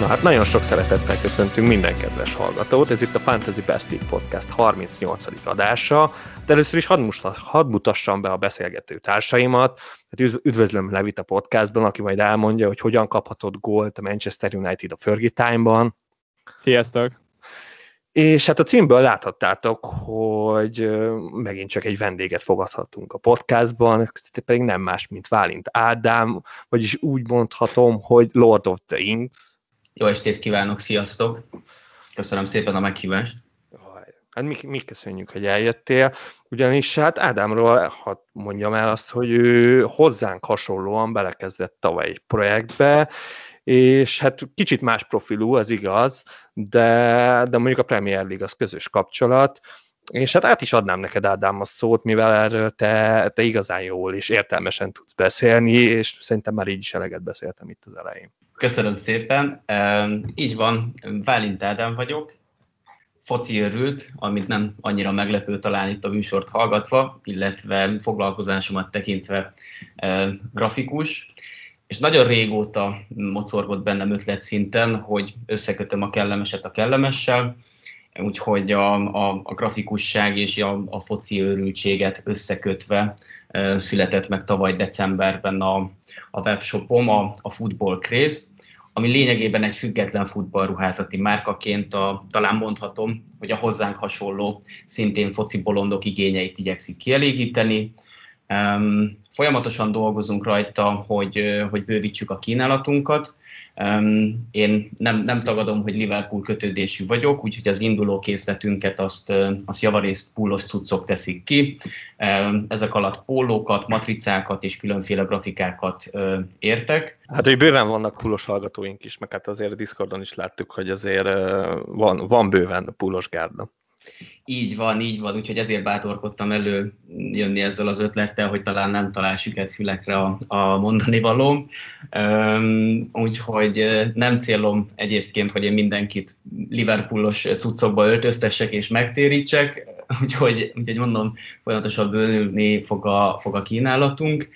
Na hát nagyon sok szeretettel köszöntünk minden kedves hallgatót, ez itt a Fantasy Best League Podcast 38. adása. De először is hadd mutassam be a beszélgető társaimat. Hát üdvözlöm Levit a podcastban, aki majd elmondja, hogy hogyan kaphatott gólt a Manchester United a Fergie Time-ban. Sziasztok! És hát a címből láthattátok, hogy megint csak egy vendéget fogadhatunk a podcastban, pedig nem más, mint Válint Ádám, vagyis úgy mondhatom, hogy Lord of the Rings. Jó estét kívánok, sziasztok! Köszönöm szépen a meghívást. Hát mi köszönjük, hogy eljöttél, ugyanis hát Ádámról hadd mondjam el azt, hogy ő hozzánk hasonlóan belekezdett tavaly egy projektbe, és hát kicsit más profilú, az igaz, de mondjuk a Premier League az közös kapcsolat, és hát át is adnám neked, Ádám, a szót, mivel erről te igazán jól és értelmesen tudsz beszélni, és szerintem már így is eleget beszéltem itt az elején. Köszönöm szépen. Így van, Válint Ádám vagyok, foci örült, amit nem annyira meglepő talán itt a műsort hallgatva, illetve foglalkozásomat tekintve grafikus, és nagyon régóta mocorgott bennem ötletszinten, hogy összekötöm a kellemeset a kellemessel, úgyhogy a grafikusság és a foci őrültséget összekötve született meg tavaly decemberben a webshopom, a Football Craze, ami lényegében egy független futballruházati márkaként talán mondhatom, hogy a hozzánk hasonló, szintén foci bolondok igényeit igyekszik kielégíteni. Folyamatosan dolgozunk rajta, hogy bővítsük a kínálatunkat. Én nem tagadom, hogy Liverpool kötődésű vagyok, úgyhogy az induló készletünket azt javarészt púlos cuccok teszik ki. Ezek alatt pólókat, matricákat és különféle grafikákat értek. Hát, hogy bőven vannak púlos hallgatóink is, meg hát azért a Discordon is láttuk, hogy azért van bőven púlos gárda. Így van, úgyhogy ezért bátorkodtam előjönni ezzel az ötlettel, hogy talán nem talál süket fülekre a mondani valóm. Úgyhogy nem célom egyébként, hogy én mindenkit Liverpoolos cuccokba öltöztessek és megtérítsek, úgyhogy mondom, folyamatosan bővülni fog a kínálatunk.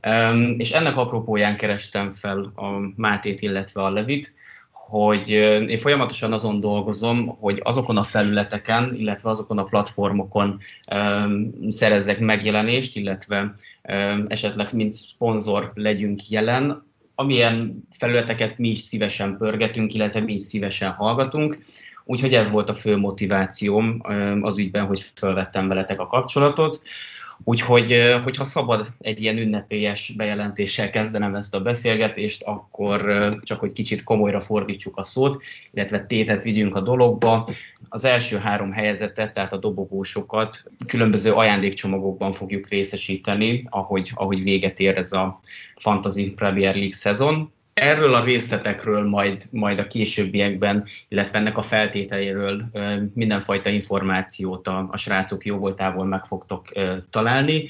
És ennek apropóján kerestem fel a Mátét, illetve a Levit, hogy én folyamatosan azon dolgozom, hogy azokon a felületeken, illetve azokon a platformokon szerezzek megjelenést, illetve esetleg mint szponzor legyünk jelen, amilyen felületeket mi is szívesen pörgetünk, illetve mi is szívesen hallgatunk. Úgyhogy ez volt a fő motivációm az ügyben, hogy felvettem veletek a kapcsolatot. Úgyhogy, hogyha szabad egy ilyen ünnepélyes bejelentéssel kezdenem ezt a beszélgetést, akkor csak hogy kicsit komolyra fordítsuk a szót, illetve tétet vigyünk a dologba. Az első 3 helyezettet, tehát a dobogósokat különböző ajándékcsomagokban fogjuk részesíteni, ahogy véget ér ez a Fantasy Premier League szezon. Erről a részletekről majd a későbbiekben, illetve ennek a feltételéről mindenfajta információt a srácok jóvoltából meg fogtok találni.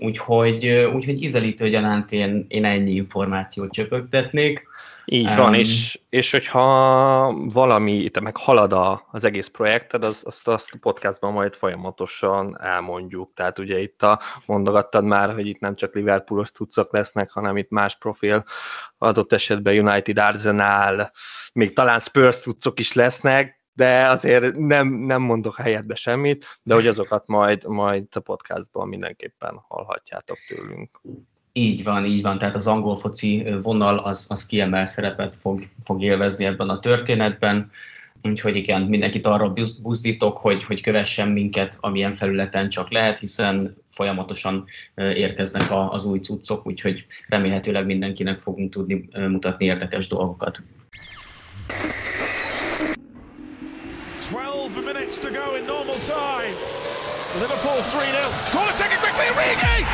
Úgyhogy ízelítő gyanánt én ennyi információt csöpögtetnék. Így van, és hogyha valami itt meg halad az egész projekted, azt a podcastban majd folyamatosan elmondjuk. Tehát ugye itt mondogattad már, hogy itt nem csak Liverpoolos cuccok lesznek, hanem itt más profil, adott esetben United, Arsenal, még talán Spurs cuccok is lesznek, de azért nem mondok helyetbe semmit, de hogy azokat majd a podcastban mindenképpen hallhatjátok tőlünk. Így van, tehát az angol foci vonal az kiemelt szerepet fog élvezni ebben a történetben. Úgyhogy igen, mindenkit arra buzdítok, hogy kövessen minket, amilyen felületen csak lehet, hiszen folyamatosan érkeznek az új cuccok, úgyhogy remélhetőleg mindenkinek fogunk tudni mutatni érdekes dolgokat. 12 minutes to go in normal time. Liverpool 3-0. Corner taken quickly, Origi!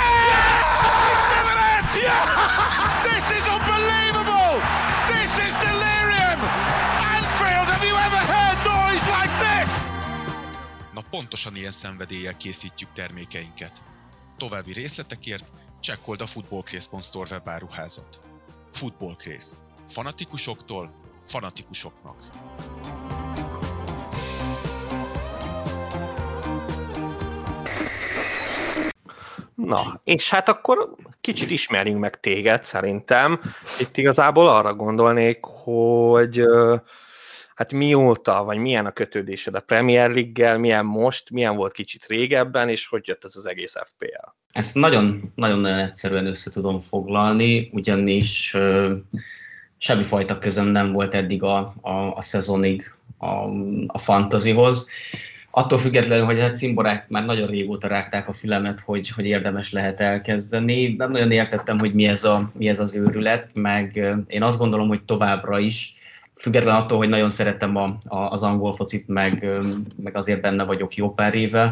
Yeah! This is unbelievable! This is delirium! Anfield, have you ever heard noise like this? Na pontosan ilyen szenvedéllyel készítjük termékeinket. További részletekért csekkold a footballcraze.store webáruházat. Football Craze. Fanatikusoktól fanatikusoknak. Na, és hát akkor kicsit ismerjünk meg téged, szerintem. Itt igazából arra gondolnék, hogy hát mióta, vagy milyen a kötődésed a Premier League-gel, milyen most, milyen volt kicsit régebben, és hogy jött ez az egész FPL? Ezt nagyon-nagyon egyszerűen össze tudom foglalni, ugyanis semmifajta közöm nem volt eddig a szezonig a fantasyhoz. Attól függetlenül, hogy a cimborák már nagyon régóta rágták a fülemet, hogy érdemes lehet elkezdeni. Nem nagyon értettem, hogy mi ez az őrület, meg én azt gondolom, hogy továbbra is, független attól, hogy nagyon szeretem az angol focit, meg azért benne vagyok jó pár éve,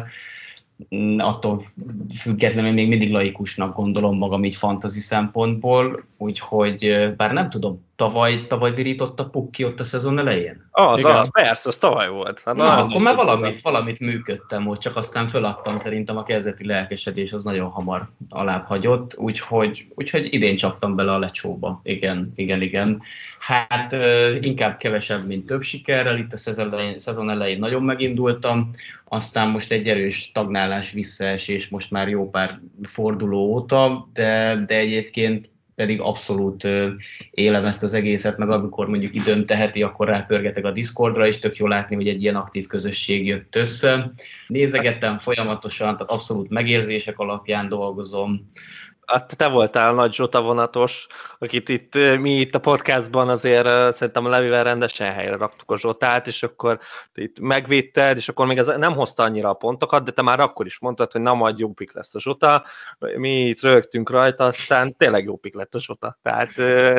attól függetlenül még mindig laikusnak gondolom magam így fantasy szempontból, úgyhogy bár nem tudom, tavaly virított a puk ki ott a szezon elején? Persze, az tavaly volt. Hát akkor már valamit működtem ott, csak aztán föladtam, szerintem a kezdeti lelkesedés az nagyon hamar alább hagyott, úgyhogy idén csaptam bele a lecsóba. Igen. Hát inkább kevesebb, mint több sikerrel, itt a szezon elején nagyon megindultam, aztán most egy erős stagnálás, visszaesés most már jó pár forduló óta, de egyébként pedig abszolút élem ezt az egészet, meg amikor mondjuk időm teheti, akkor rápörgetek a Discordra, és tök jó látni, hogy egy ilyen aktív közösség jött össze. Nézegettem folyamatosan, tehát abszolút megérzések alapján dolgozom. Hát te voltál nagy Zsota vonatos, akit mi itt a podcastban azért szerintem a Levivel rendesen helyre raktuk a Zsotát, és akkor itt megvédted, és akkor még ez nem hozta annyira a pontokat, de te már akkor is mondtad, hogy na majd jó pik lesz a Zsota. Mi itt rögtünk rajta, aztán tényleg jó pik lett a Zsota. Tehát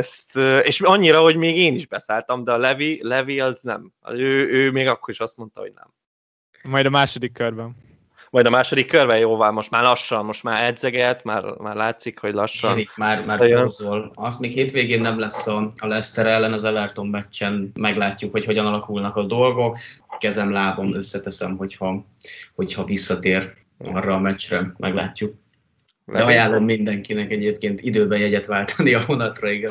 és annyira, hogy még én is beszálltam, de a Levi az nem. Ő még akkor is azt mondta, hogy nem. Majd a második körben. Majd a második körben jóval, most már lassan, most már edzeget, már látszik, hogy lassan. Erik már hozzol. Azt még hétvégén nem lesz a Leicester ellen, az Everton meccsen meglátjuk, hogy hogyan alakulnak a dolgok. Kezem, lábam összeteszem, hogyha visszatér arra a meccsre, meglátjuk. De ajánlom mindenkinek egyébként időben jegyet váltani a vonatra, igen.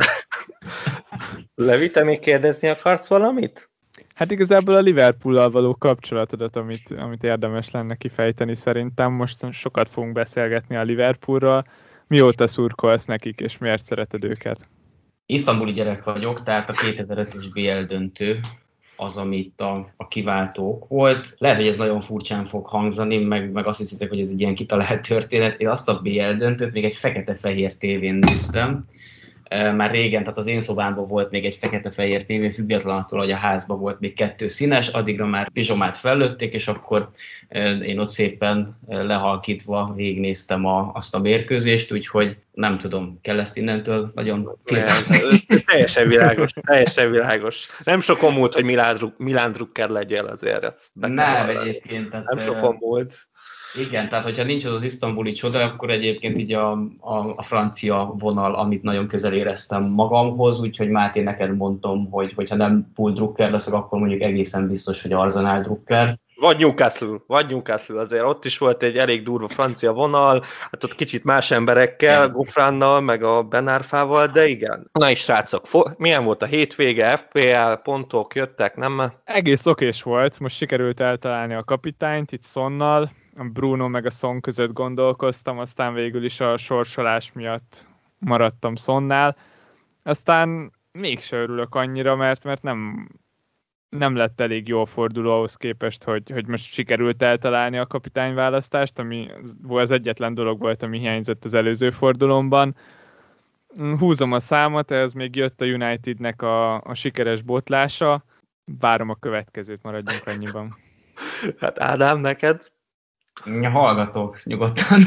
Levi, te még kérdezni akarsz valamit? Hát igazából a Liverpoollal való kapcsolatodat, amit érdemes lenne kifejteni szerintem. Most sokat fogunk beszélgetni a Liverpoolról. Mióta szurkolsz nekik, és miért szereted őket? Isztambuli gyerek vagyok, tehát a 2005-ös BL döntő az, amit a kiváltók volt. Lehet, hogy ez nagyon furcsán fog hangzani, meg azt hiszitek, hogy ez egy ilyen kitalált történet. Én azt a BL döntőt még egy fekete-fehér tévén néztem. Már régen, tehát az én szobámban volt még egy fekete-fehér tévé, független attól, hogy a házban volt még 2 színes, addigra már pizsomát fellőtték, és akkor én ott szépen lehalkítva végignéztem azt a mérkőzést, úgyhogy nem tudom, kell ezt innentől nagyon tiltani. Teljesen világos. Nem sokon múlt, hogy Milán Drucker legyél azért. Nem, egyébként. Tehát, nem sokon múlt. Igen, tehát hogyha nincs az isztambuli csoda, akkor egyébként így a francia vonal, amit nagyon közel éreztem magamhoz, úgyhogy Máté, neked mondom, hogy ha nem Pool Drucker leszek, akkor mondjuk egészen biztos, hogy Arsenal Drucker. Vagy Newcastle, azért ott is volt egy elég durva francia vonal, hát ott kicsit más emberekkel, Gofránnal, meg a Benárfával, de igen. Na és srácok, milyen volt a hétvége, FPL, pontok jöttek, nem? Egész okés volt, most sikerült eltalálni a kapitányt itt Sonnal, a Bruno meg a Son között gondolkoztam, aztán végül is a sorsolás miatt maradtam Sonnál. Aztán mégse örülök annyira, mert nem lett elég jó forduló ahhoz képest, hogy most sikerült eltalálni a kapitányválasztást, ami az egyetlen dolog volt, ami hiányzott az előző fordulómban. Húzom a számot, ez még jött a Unitednek a sikeres botlása. Várom a következőt, maradjunk annyiban. Hát Ádám, neked? Hallgatok, nyugodtan.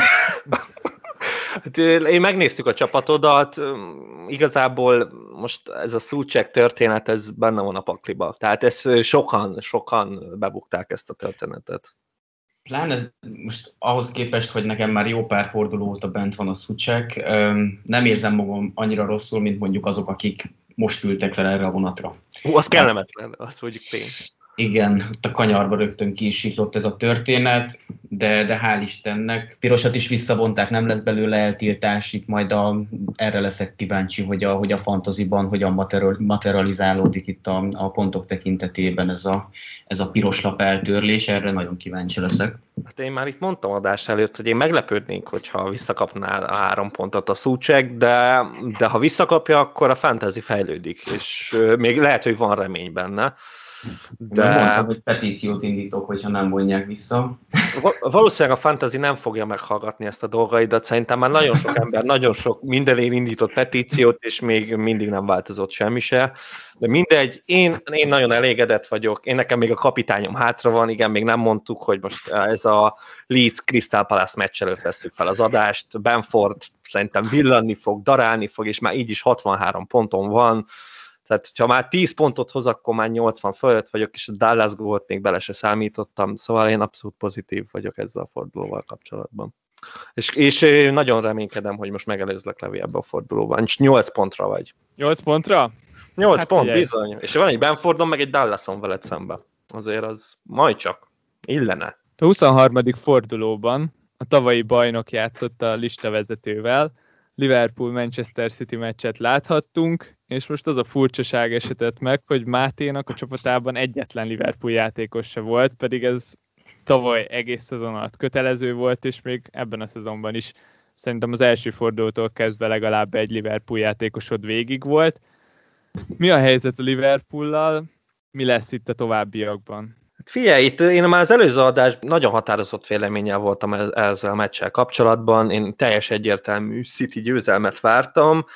Hát én megnéztük a csapatodat, igazából most ez a Souček történet, ez benne van a pakliba. Tehát ezt sokan bebukták ezt a történetet. Pláne most ahhoz képest, hogy nekem már jó pár forduló óta bent van a Souček, nem érzem magam annyira rosszul, mint mondjuk azok, akik most ültek fel erre a vonatra. Az kellemetlen, azt mondjuk tény. Igen, ott a kanyarba rögtön ki is siklott ez a történet. de hál' Istennek. Pirosat is visszavonták, nem lesz belőle eltiltás, itt majd erre leszek kíváncsi, hogy a fantaziban hogyan materializálódik itt a pontok tekintetében ez a piros lap eltörlés, erre nagyon kíváncsi leszek. Hát én már itt mondtam adás előtt, hogy én meglepődnék, hogyha visszakapnál a 3 pontot a Souček, de ha visszakapja, akkor a fantasy fejlődik, és még lehet, hogy van remény benne. De mondtam, hogy petíciót indítok, hogyha nem vonják vissza. Valószínűleg a fantasy nem fogja meghallgatni ezt a dolgaidat, szerintem már nagyon sok ember, nagyon sok mindenért indított petíciót, és még mindig nem változott semmi se. De mindegy, én nagyon elégedett vagyok, nekem még a kapitányom hátra van, igen, még nem mondtuk, hogy most ez a Leeds Crystal Palace meccs előtt vesszük fel az adást, Bamford szerintem villanni fog, darálni fog, és már így is 63 ponton van. Tehát, ha már 10 pontot hoz, akkor már 80 fölött vagyok, és a Dallas gólt még bele se számítottam, szóval én abszolút pozitív vagyok ezzel a fordulóval kapcsolatban. És nagyon reménykedem, hogy most megelőzlek Levi ebbe a fordulóban. És 8 pontra vagy. 8 pontra? 8 hát pont, figyelj. Bizony. És van egy Bamfordon, meg egy Dallason veled szembe. Azért az majd csak illene. A 23. fordulóban a tavalyi bajnok játszott a listavezetővel, Liverpool-Manchester City meccset láthattunk, és most az a furcsaság esetett meg, hogy Máténak a csapatában egyetlen Liverpool játékos se volt, pedig ez tavaly egész szezon alatt kötelező volt, és még ebben a szezonban is szerintem az első fordulótól kezdve legalább egy Liverpool játékosod végig volt. Mi a helyzet a Liverpoollal? Mi lesz itt a továbbiakban? Figyelj, itt én már az előző adásban nagyon határozott véleménnyel voltam ezzel a meccsel kapcsolatban, én teljes egyértelmű City győzelmet vártam,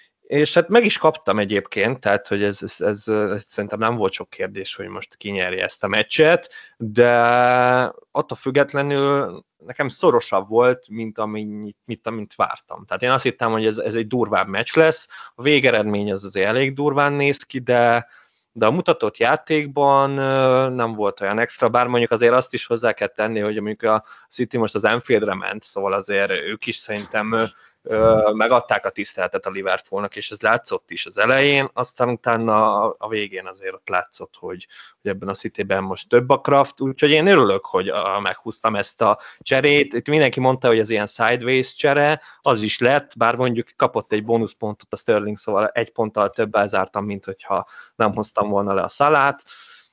és hát meg is kaptam egyébként, tehát hogy ez szerintem nem volt sok kérdés, hogy most ki nyerje ezt a meccset, de attól függetlenül nekem szorosabb volt, mint amint vártam. Tehát én azt hittem, hogy ez egy durvább meccs lesz, a végeredmény az azért elég durván néz ki, de a mutatott játékban nem volt olyan extra, bár mondjuk azért azt is hozzá kell tenni, hogy mondjuk a City most az Anfieldre ment, szóval azért ők is szerintem megadták a tiszteletet a Liverpoolnak, és ez látszott is az elején, aztán utána a végén azért ott látszott, hogy ebben a Cityben most több a kraft, úgyhogy én örülök, hogy meghúztam ezt a cserét. Itt mindenki mondta, hogy ez ilyen sideways csere, az is lett, bár mondjuk kapott egy bónuszpontot a Sterling, szóval 1 ponttal többel zártam, mint hogyha nem hoztam volna le a Salát.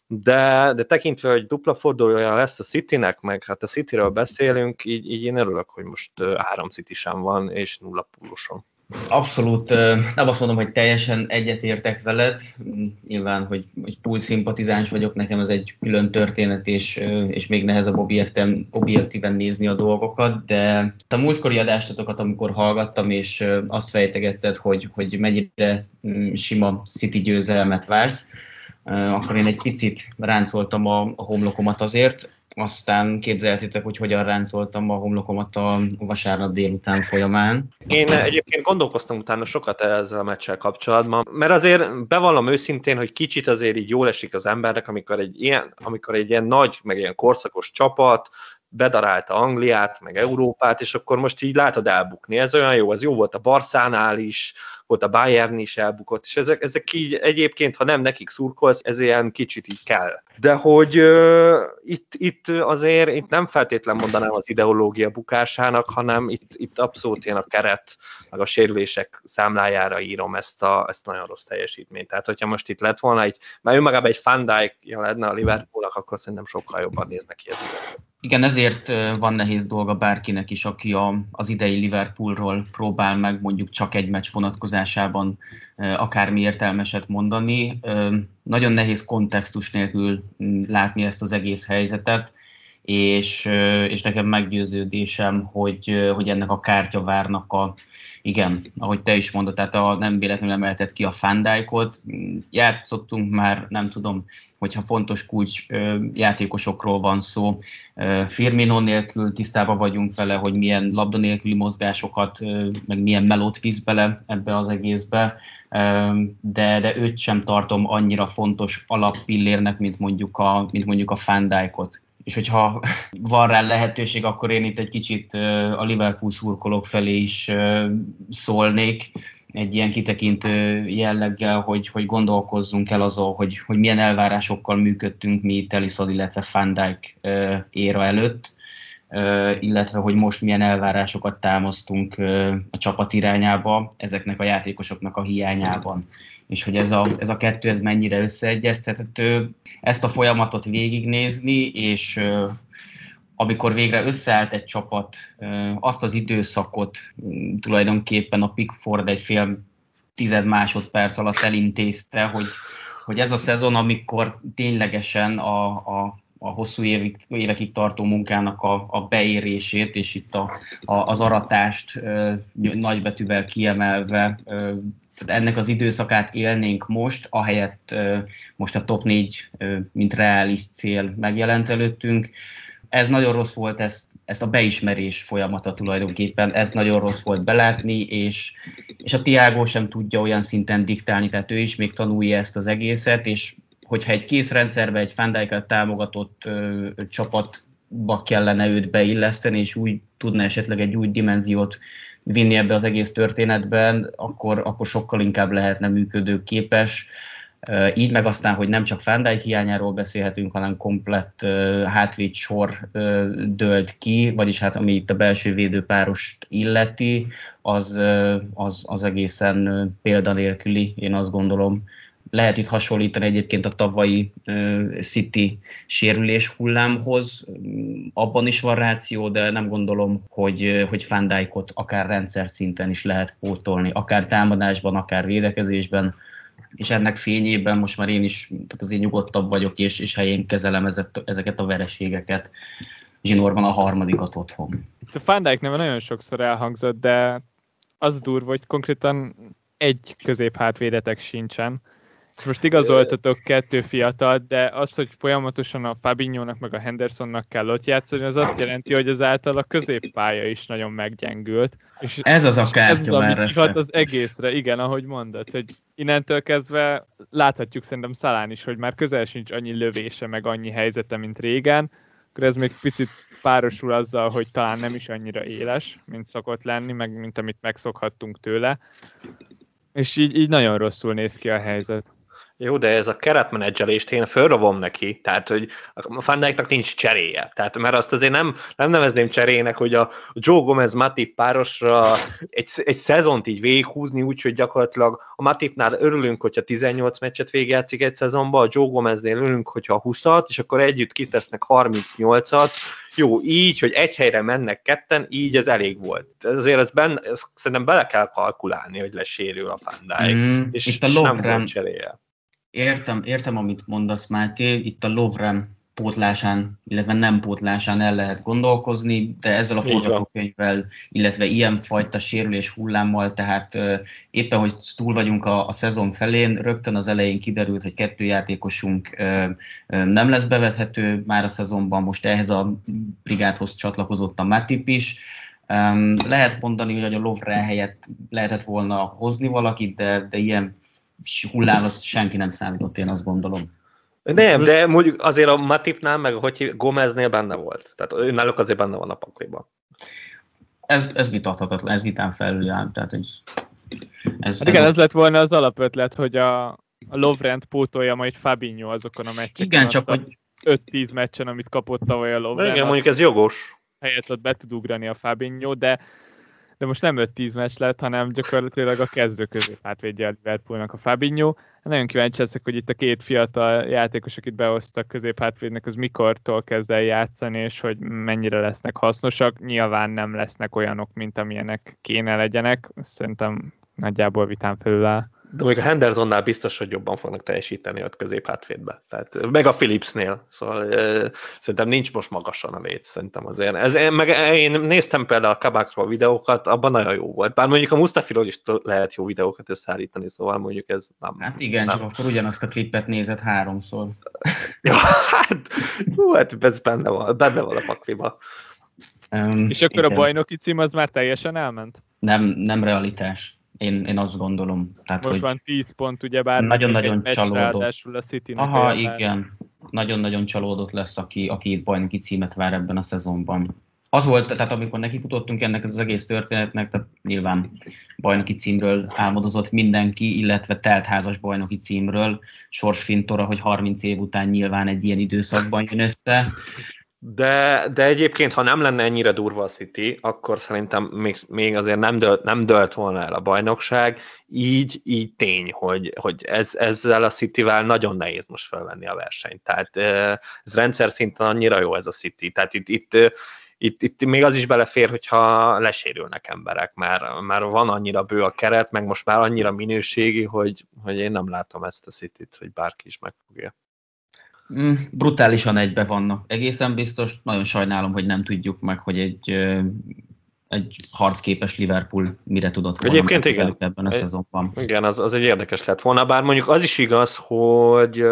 De tekintve, hogy dupla fordulója lesz a Citynek, meg hát a Cityről beszélünk, így én örülök, hogy most 3 City sem van, és 0 pulloson. Abszolút, nem azt mondom, hogy teljesen egyetértek veled, nyilván, hogy túl szimpatizáns vagyok, nekem ez egy külön történet, és még nehezebb objektíven nézni a dolgokat, de a múltkori adástatokat, amikor hallgattam, és azt fejtegetted, hogy mennyire sima City győzelmet vársz, akkor én egy picit ráncoltam a homlokomat azért, aztán képzelhetitek, hogy hogyan ráncoltam a homlokomat a vasárnap délután folyamán. Én egyébként gondolkoztam utána sokat ezzel a meccsel kapcsolatban, mert azért bevallom őszintén, hogy kicsit azért így jól esik az embernek, amikor egy ilyen nagy, meg ilyen korszakos csapat bedarálta Angliát, meg Európát, és akkor most így látod elbukni. Ez olyan jó, ez jó volt a Barszánál is, volt a Bayern is elbukott, és ezek így egyébként, ha nem nekik szurkolsz, ez ilyen kicsit így kell. De hogy itt azért itt nem feltétlen mondanám az ideológia bukásának, hanem itt abszolút én a keret, meg a sérülések számlájára írom ezt nagyon rossz teljesítményt. Tehát, hogyha most itt lett volna már önmagában egy Van Dijk-ja lenne a Liverpoolnak, akkor szerintem sokkal jobban néznek ki ez. Igen, ezért van nehéz dolga bárkinek is, aki az idei Liverpoolról próbál meg mondjuk csak egy meccs vonatkozásában akármi értelmeset mondani. Nagyon nehéz kontextus nélkül látni ezt az egész helyzetet, és nekem meggyőződésem, hogy ennek a kártyavárnak igen, ahogy te is mondod, tehát nem véletlenül emelted ki a Van Dijkot. Játszottunk már, nem tudom, hogyha fontos kulcs játékosokról van szó. Firmino nélkül tisztában vagyunk vele, hogy milyen labda nélküli mozgásokat, meg milyen melót visz bele ebbe az egészbe, de őt sem tartom annyira fontos alappillérnek, mint mondjuk a Van Dijkot. És hogyha van rá lehetőség, akkor én itt egy kicsit a Liverpool szurkolók felé is szólnék, egy ilyen kitekintő jelleggel, hogy gondolkozzunk el azon, hogy milyen elvárásokkal működtünk mi itt Alisson, illetve Van Dijk éra előtt. illetve hogy most milyen elvárásokat támasztunk a csapat irányába ezeknek a játékosoknak a hiányában. És hogy ez a kettő ez mennyire összeegyeztethető, ezt a folyamatot végignézni, és amikor végre összeállt egy csapat, azt az időszakot tulajdonképpen a Pickford egy fél tized másodperc alatt elintézte, hogy ez a szezon, amikor ténylegesen a hosszú évekig tartó munkának a beérését, és itt az aratást nagybetűvel kiemelve, tehát ennek az időszakát élnénk most, ahelyett most a top 4, mint reális cél megjelent előttünk. Ez nagyon rossz volt, ezt a beismerés folyamata tulajdonképpen, ez nagyon rossz volt belátni, és a Thiago sem tudja olyan szinten diktálni, tehát ő is még tanulja ezt az egészet, és hogyha egy kész rendszerbe, egy Van Dijkkel támogatott csapatba kellene őt beilleszteni, és úgy tudna esetleg egy új dimenziót vinni ebbe az egész történetben, akkor sokkal inkább lehetne működőképes. Így meg aztán, hogy nem csak Van Dijk hiányáról beszélhetünk, hanem komplett hátvéd sor dőlt ki, vagyis hát ami itt a belső védőpárost illeti, az egészen példanélküli, én azt gondolom. Lehet itt hasonlítani egyébként a tavalyi City sérülés hullámhoz, abban is van ráció, de nem gondolom, hogy Van Dijkot akár rendszer szinten is lehet pótolni, akár támadásban, akár védekezésben, és ennek fényében most már én is tehát azért nyugodtabb vagyok, és helyén kezelem ezeket a vereségeket. Zsinórban a harmadikat otthon. Itt a Van Dijk neve nagyon sokszor elhangzott, de az durva, hogy konkrétan egy középhátvédetek sincsen. Most igazoltatok 2 fiatalt, de az, hogy folyamatosan a Fabinho-nak meg a Hendersonnak kell ott játszani, az azt jelenti, hogy ezáltal a középpálya is nagyon meggyengült. És ez az a kártya már ami kihat az egészre, igen, ahogy mondod, hogy innentől kezdve láthatjuk szerintem Salahn is, hogy már közel sincs annyi lövése, meg annyi helyzete, mint régen, akkor ez még picit párosul azzal, hogy talán nem is annyira éles, mint szokott lenni, meg mint amit megszokhattunk tőle. És így nagyon rosszul néz ki a helyzet. Jó, de ez a keretmenedzselést én fölrovom neki, tehát hogy a Van Dijknak nincs cseréje. Tehát, mert azt azért nem nevezném cserének, hogy a Joe Gomez-Matip párosra egy szezont így végighúzni, úgyhogy gyakorlatilag a Matipnál örülünk, hogyha 18 meccset végigjátszik egy szezonban, a Joe Gomeznél örülünk, hogyha 20-at, és akkor együtt kitesznek 38-at. Jó, így, hogy egy helyre mennek ketten, így ez elég volt. Azért ezt szerintem bele kell kalkulálni, hogy lesérül a Van Dijk, és nem volt cseréje. Értem, amit mondasz, Máté, itt a Lovren pótlásán, illetve nem pótlásán el lehet gondolkozni, de ezzel a forgatókönyvvel, illetve ilyenfajta sérülés hullámmal, tehát éppen, hogy túl vagyunk a szezon felén, rögtön az elején kiderült, hogy 2 játékosunk nem lesz bevethető már a szezonban, most ehhez a brigádhoz csatlakozott a Matip is. Lehet mondani, hogy a Lovren helyett lehetett volna hozni valakit, de ilyen hullámhoz senki nem számított, én azt gondolom. Nem, de mondjuk azért a Matipnál, meg hogy Gomeznél benne volt. Tehát náluk azért benne van a pakliban. Ez vitathatatlan, ez vitán felül áll. Tehát, hogy ez lett volna az alapötlet, hogy a Lovrent pótolja majd Fabinho azokon a meccseken. Igen, csak hogy 5-10 meccsen, amit kapott tavaly a Lovren. Igen, mondjuk ez jogos. Helyett ott be tud ugrani a Fabinho, de most nem 5-10 meccs lett, hanem gyakorlatilag a kezdő középhátvédje a Liverpoolnak a Fabinho. Nagyon kíváncsi leszek, hogy itt a 2 fiatal játékos, akit behoztak középhátvédnek, az mikortól kezd el játszani, és hogy mennyire lesznek hasznosak. Nyilván nem lesznek olyanok, mint amilyenek kéne legyenek. Szerintem nagyjából vitán felül áll. De még a Hendersonnál biztos, hogy jobban fognak teljesíteni ott középhátvédbe. Tehát, meg a Philipsnél. Szóval szerintem nincs most magasan a léc, szerintem azért. Én néztem például a Kabakról videókat, abban nagyon jó volt. Bár mondjuk a Mustafiról is lehet jó videókat összeállítani, szóval mondjuk ez nem... Hát igen, nem. Csak akkor ugyanazt a klippet nézett 3-szor. Ja, hát ez benne van a pakliba. És akkor igen. A bajnoki cím az már teljesen elment? Nem realitás. Én azt gondolom. Tehát, most van 10 pont, ugyebár nagyon csalódott. A Citynek. Aha, igen. Nagyon-nagyon csalódott lesz, aki itt bajnoki címet vár ebben a szezonban. Az volt, tehát amikor nekifutottunk ennek az egész történetnek, tehát nyilván bajnoki címről álmodozott mindenki, illetve teltházas bajnoki címről, sorsfintora, hogy 30 év után nyilván egy ilyen időszakban jön össze. De egyébként, ha nem lenne ennyire durva a City, akkor szerintem még azért nem dölt volna el a bajnokság. Így tény, hogy ezzel a Cityvel nagyon nehéz most felvenni a versenyt. Tehát ez rendszer szinten annyira jó ez a City. Tehát itt még az is belefér, hogyha lesérülnek emberek, már van annyira bő a keret, meg most már annyira minőségi, hogy én nem látom ezt a Cityt, hogy bárki is megfogja. Brutálisan egybe vannak. Egészen biztos, nagyon sajnálom, hogy nem tudjuk meg, hogy egy harcképes Liverpool mire tudott volna. Egyébként igen. Ebben a szezonban. Igen, az egy érdekes lett volna, bár mondjuk az is igaz, hogy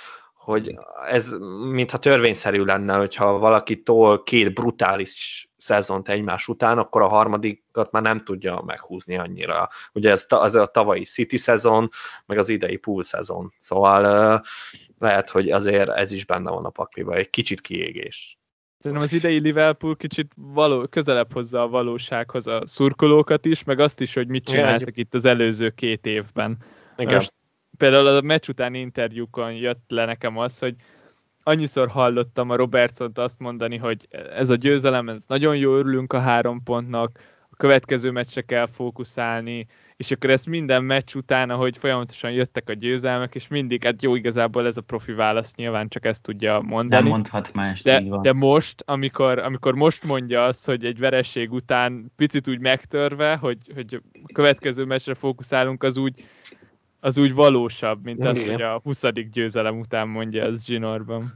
ez mintha törvényszerű lenne, hogyha valaki tol 2 brutális szezont egymás után, akkor a harmadikat már nem tudja meghúzni annyira. Ugye ez a tavalyi City szezon, meg az idei Pool szezon. Szóval lehet, hogy azért ez is benne van a pakliban, egy kicsit kiégés. Szerintem az idei Liverpool kicsit közelebb hozza a valósághoz a szurkolókat is, meg azt is, hogy mit csináltak itt az előző 2 évben. Igen. Most például a meccs utáni interjúkon jött le nekem az, hogy annyiszor hallottam a Robertsont azt mondani, hogy ez a győzelem, ez nagyon jó, örülünk a 3 pontnak, a következő meccsre kell fókuszálni, és akkor ezt minden meccs után, ahogy folyamatosan jöttek a győzelmek, és mindig, hát jó, igazából ez a profi válasz, nyilván csak ezt tudja mondani. Nem mondhat más, de most, amikor most mondja azt, hogy egy vereség után picit úgy megtörve, hogy a következő meccsre fókuszálunk, az úgy valósabb, mint az, hogy a 20. győzelem után mondja az Ginorban.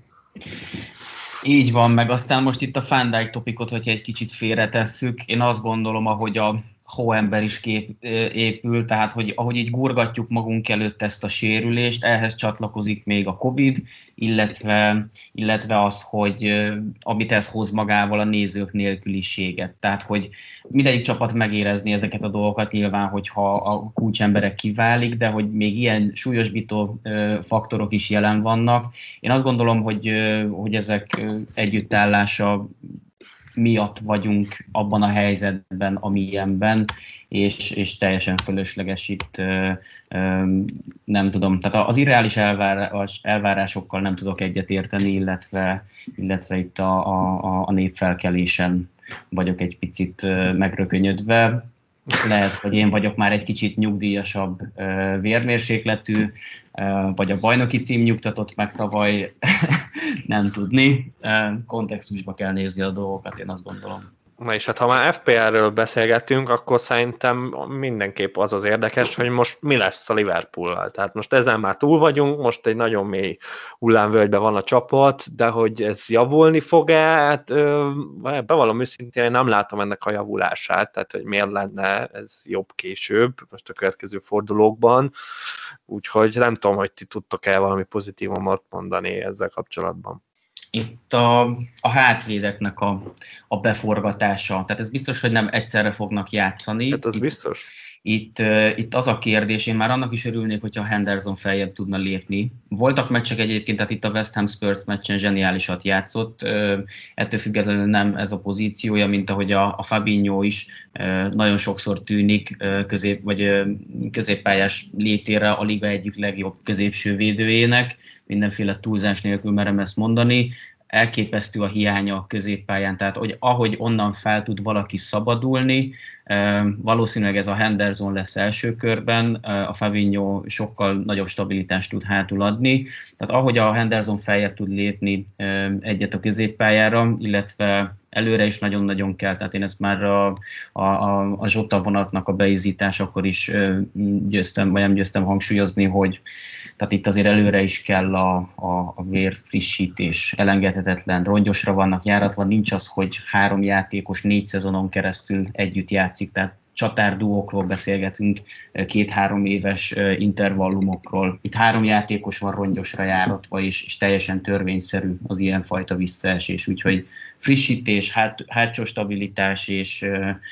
Így van, meg aztán most itt a Van Dijk topikot, hogyha egy kicsit félretesszük, én azt gondolom, ahogy a hóember is épül, tehát hogy ahogy így gurgatjuk magunk előtt ezt a sérülést, ehhez csatlakozik még a Covid, illetve az, hogy amit ez hoz magával, a nézők nélküliséget. Tehát, hogy mindegyik csapat megérezni ezeket a dolgokat nyilván, hogyha a kulcsemberek kiválik, de hogy még ilyen súlyosbító faktorok is jelen vannak. Én azt gondolom, hogy ezek együttállása miatt vagyunk abban a helyzetben, amilyenben, és teljesen fölösleges itt, nem tudom, tehát az irreális elvárásokkal nem tudok egyetérteni, illetve itt a népfelkelésen vagyok egy picit megrökönyödve. Lehet, hogy én vagyok már egy kicsit nyugdíjasabb vérmérsékletű, vagy a bajnoki cím nyugtatott meg tavaly, nem tudni. Kontextusba kell nézni a dolgokat, én azt gondolom. Na és hát ha már FPL-ről beszélgettünk, akkor szerintem mindenképp az érdekes, hogy most mi lesz a Liverpool-al. Tehát most ezen már túl vagyunk, most egy nagyon mély hullámvölgyben van a csapat, de hogy ez javulni fog-e? Hát bevallom őszintén, én nem látom ennek a javulását, tehát hogy miért lenne ez jobb később, most a következő fordulókban. Úgyhogy nem tudom, hogy ti tudtok-e valami pozitívumot mondani ezzel kapcsolatban. Itt a hátvédeknek a beforgatása, tehát ez biztos, hogy nem egyszerre fognak játszani. Hát az biztos. Itt az a kérdés, én már annak is örülnék, hogyha Henderson feljebb tudna lépni. Voltak meccsek egyébként, tehát itt a West Ham Spurs meccsen zseniálisat játszott, ettől függetlenül nem ez a pozíciója, mint ahogy a Fabinho is nagyon sokszor tűnik középpályás létére a liga egyik legjobb középső védőjének, mindenféle túlzás nélkül merem ezt mondani. Elképesztő a hiánya a középpályán, tehát hogy ahogy onnan fel tud valaki szabadulni, valószínűleg ez a Henderson lesz első körben, a Fabinho sokkal nagyobb stabilitást tud hátul adni, tehát ahogy a Henderson feljebb tud lépni egyet a középpályára, illetve előre is nagyon-nagyon kell, tehát én ezt már a Zsota vonatnak a beizításakor is nem győztem hangsúlyozni, hogy tehát itt azért előre is kell a vérfrissítés, elengedhetetlen, rongyosra vannak járatva, nincs az, hogy 3 játékos 4 szezonon keresztül együtt játszik, tehát csatárduókról beszélgetünk, 2-3 éves intervallumokról. Itt 3 játékos van rongyosra járatva, és teljesen törvényszerű az ilyenfajta visszaesés, úgyhogy frissítés, hátsó stabilitás és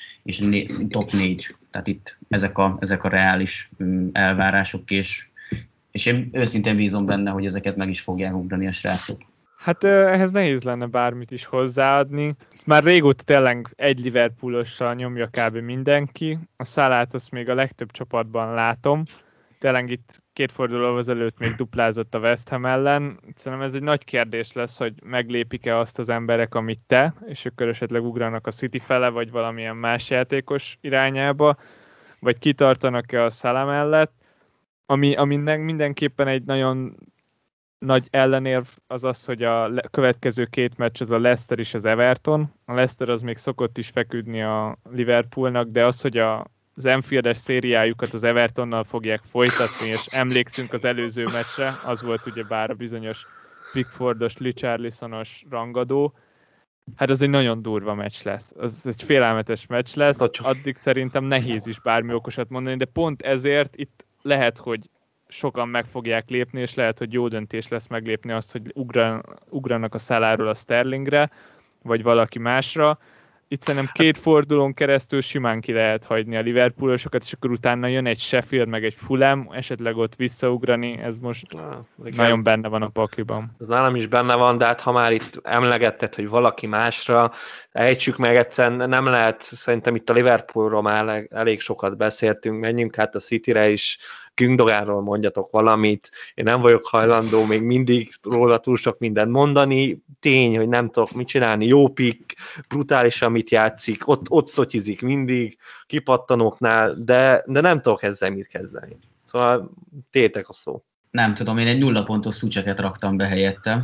top 4. Tehát itt ezek a reális elvárások, és én őszintén bízom benne, hogy ezeket meg is fogják ugrani a srácok. Hát ehhez nehéz lenne bármit is hozzáadni. Már régóta tényleg egy Liverpoolossal nyomja kb. Mindenki. A Salát azt még a legtöbb csapatban látom. Tényleg itt 2 fordulóval ezelőtt még duplázott a West Ham ellen. Szerintem ez egy nagy kérdés lesz, hogy meglépik-e azt az emberek, amit te, és akkor esetleg ugranak a City fele, vagy valamilyen más játékos irányába, vagy kitartanak-e a Salah mellett. Ami mindenképpen egy nagyon nagy ellenérv az az, hogy a következő 2 meccs az a Leicester és az Everton. A Leicester az még szokott is feküdni a Liverpoolnak, de az, hogy az Anfield-es szériájukat az Evertonnal fogják folytatni, és emlékszünk az előző meccsre, az volt ugyebár a bizonyos Pickfordos, Richarlisonos rangadó. Hát ez egy nagyon durva meccs lesz. Az egy félelmetes meccs lesz. Addig szerintem nehéz is bármi okosat mondani, de pont ezért itt lehet, hogy sokan meg fogják lépni, és lehet, hogy jó döntés lesz meglépni azt, hogy ugranak a Salahról a Sterlingre, vagy valaki másra. Itt szerintem 2 fordulón keresztül simán ki lehet hagyni a Liverpoolosokat, és akkor utána jön egy Sheffield, meg egy Fulham, esetleg ott visszaugrani, ez most nagyon benne van a pakliban. Ez nálam is benne van, de hát ha már itt emlegetted, hogy valaki másra, ejtsük meg egyszerűen, nem lehet, szerintem itt a Liverpoolról már elég sokat beszéltünk, menjünk hát a Cityre is, Gündoganról mondjatok valamit, én nem vagyok hajlandó még mindig róla túl sok mindent mondani, tény, hogy nem tudok mit csinálni, jó pick, brutális, amit játszik, ott szotyizik mindig, kipattanóknál, de nem tudok ezzel mit kezdeni. Szóval tétek a szó. Nem tudom, én egy 0 pontos Szucseket raktam be helyette.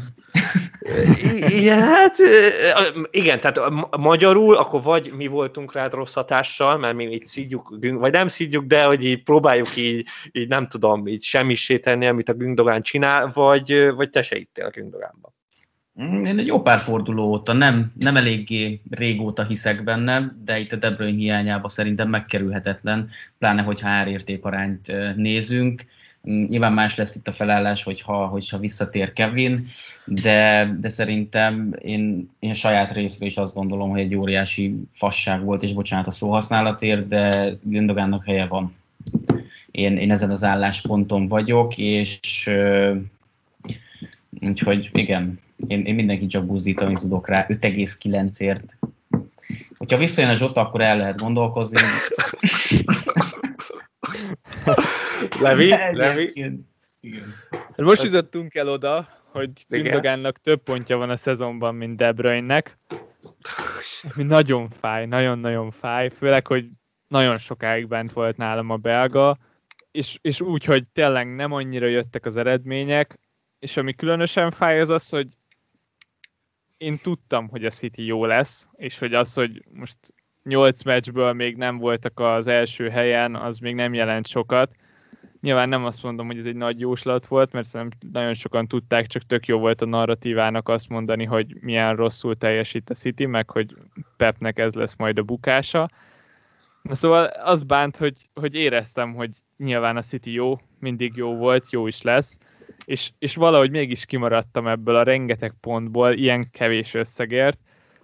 Igen, tehát magyarul, akkor vagy mi voltunk rád rossz hatással, mert mi így szidjuk, vagy nem szidjuk, de hogy így próbáljuk így nem tudom, így semmissé tenni, amit a Gündogan csinál, vagy te se ittél a Gündogánba. Én egy jó pár forduló óta, nem eléggé régóta hiszek benne, de itt a De Bruyne hiányában szerintem megkerülhetetlen, pláne hogyha árértékarányt nézünk. Nyilván más lesz itt a felállás, hogyha visszatér Kevin, de szerintem én saját részről is azt gondolom, hogy egy óriási fasság volt, és bocsánat a szóhasználatért, de Gündogannak helye van. Én ezen az állásponton vagyok, és úgyhogy igen, én mindenkit csak buzdítani tudok rá 5,9-ért. Hogyha visszajön a Zsota, akkor el lehet gondolkozni. Levi? Igen. Most jutottunk el oda, hogy Gündogannak több pontja van a szezonban, mint De Bruyne-nek. Ami nagyon fáj, nagyon-nagyon fáj, főleg, hogy nagyon sokáig bent volt nálam a belga, és úgy, hogy tényleg nem annyira jöttek az eredmények, és ami különösen fáj az az, hogy én tudtam, hogy a City jó lesz, és hogy az, hogy most 8 meccsből még nem voltak az első helyen, az még nem jelent sokat. Nyilván nem azt mondom, hogy ez egy nagy jóslat volt, mert szerintem nagyon sokan tudták, csak tök jó volt a narratívának azt mondani, hogy milyen rosszul teljesít a City, meg hogy Pepnek ez lesz majd a bukása. Na szóval az bánt, hogy éreztem, hogy nyilván a City jó, mindig jó volt, jó is lesz, és valahogy mégis kimaradtam ebből a rengeteg pontból, ilyen kevés összegért.